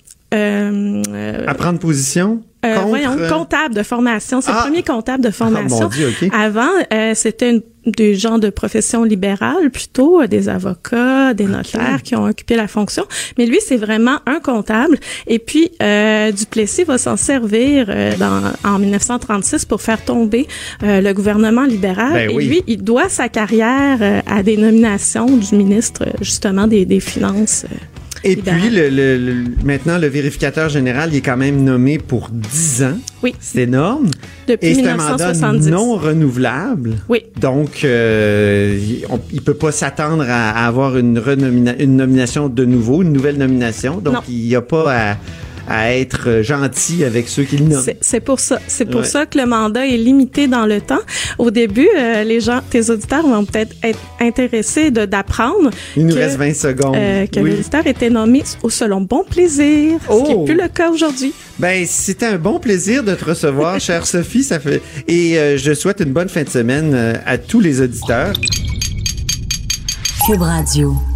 euh, à prendre position. Euh, voyons, comptable de formation. C'est ah. le premier comptable de formation. Ah, mon Dieu, okay. Avant, euh, c'était une, des gens de profession libérale, plutôt euh, des avocats, des notaires okay. qui ont occupé la fonction. Mais lui, c'est vraiment un comptable. Et puis, euh, Duplessis va s'en servir euh, dans, en dix-neuf cent trente-six pour faire tomber euh, le gouvernement libéral. Ben, Et oui. lui, il doit sa carrière euh, à des nominations du ministre, justement, des, des Finances. Euh, Et puis, le, le, le, maintenant, le vérificateur général, il est quand même nommé pour dix ans. Oui. C'est énorme. Depuis Et c'est dix-neuf cent soixante-dix. Un mandat non renouvelable. Oui. Donc, euh, on, il peut pas s'attendre à, à avoir une, renomina- une nomination de nouveau, une nouvelle nomination. Donc, non. il n'y a pas à... à être gentil avec ceux qui le nomment. C'est, c'est pour ça. C'est pour ouais. ça que le mandat est limité dans le temps. Au début, euh, les gens, tes auditeurs vont peut-être être intéressés de, d'apprendre. Il nous que, reste vingt secondes. Euh, que oui. l'auditeur était nommé au selon bon plaisir, oh. ce qui n'est plus le cas aujourd'hui. Ben, c'était un bon plaisir de te recevoir, chère Sophie. Ça fait et euh, je souhaite une bonne fin de semaine euh, à tous les auditeurs. Cube Radio.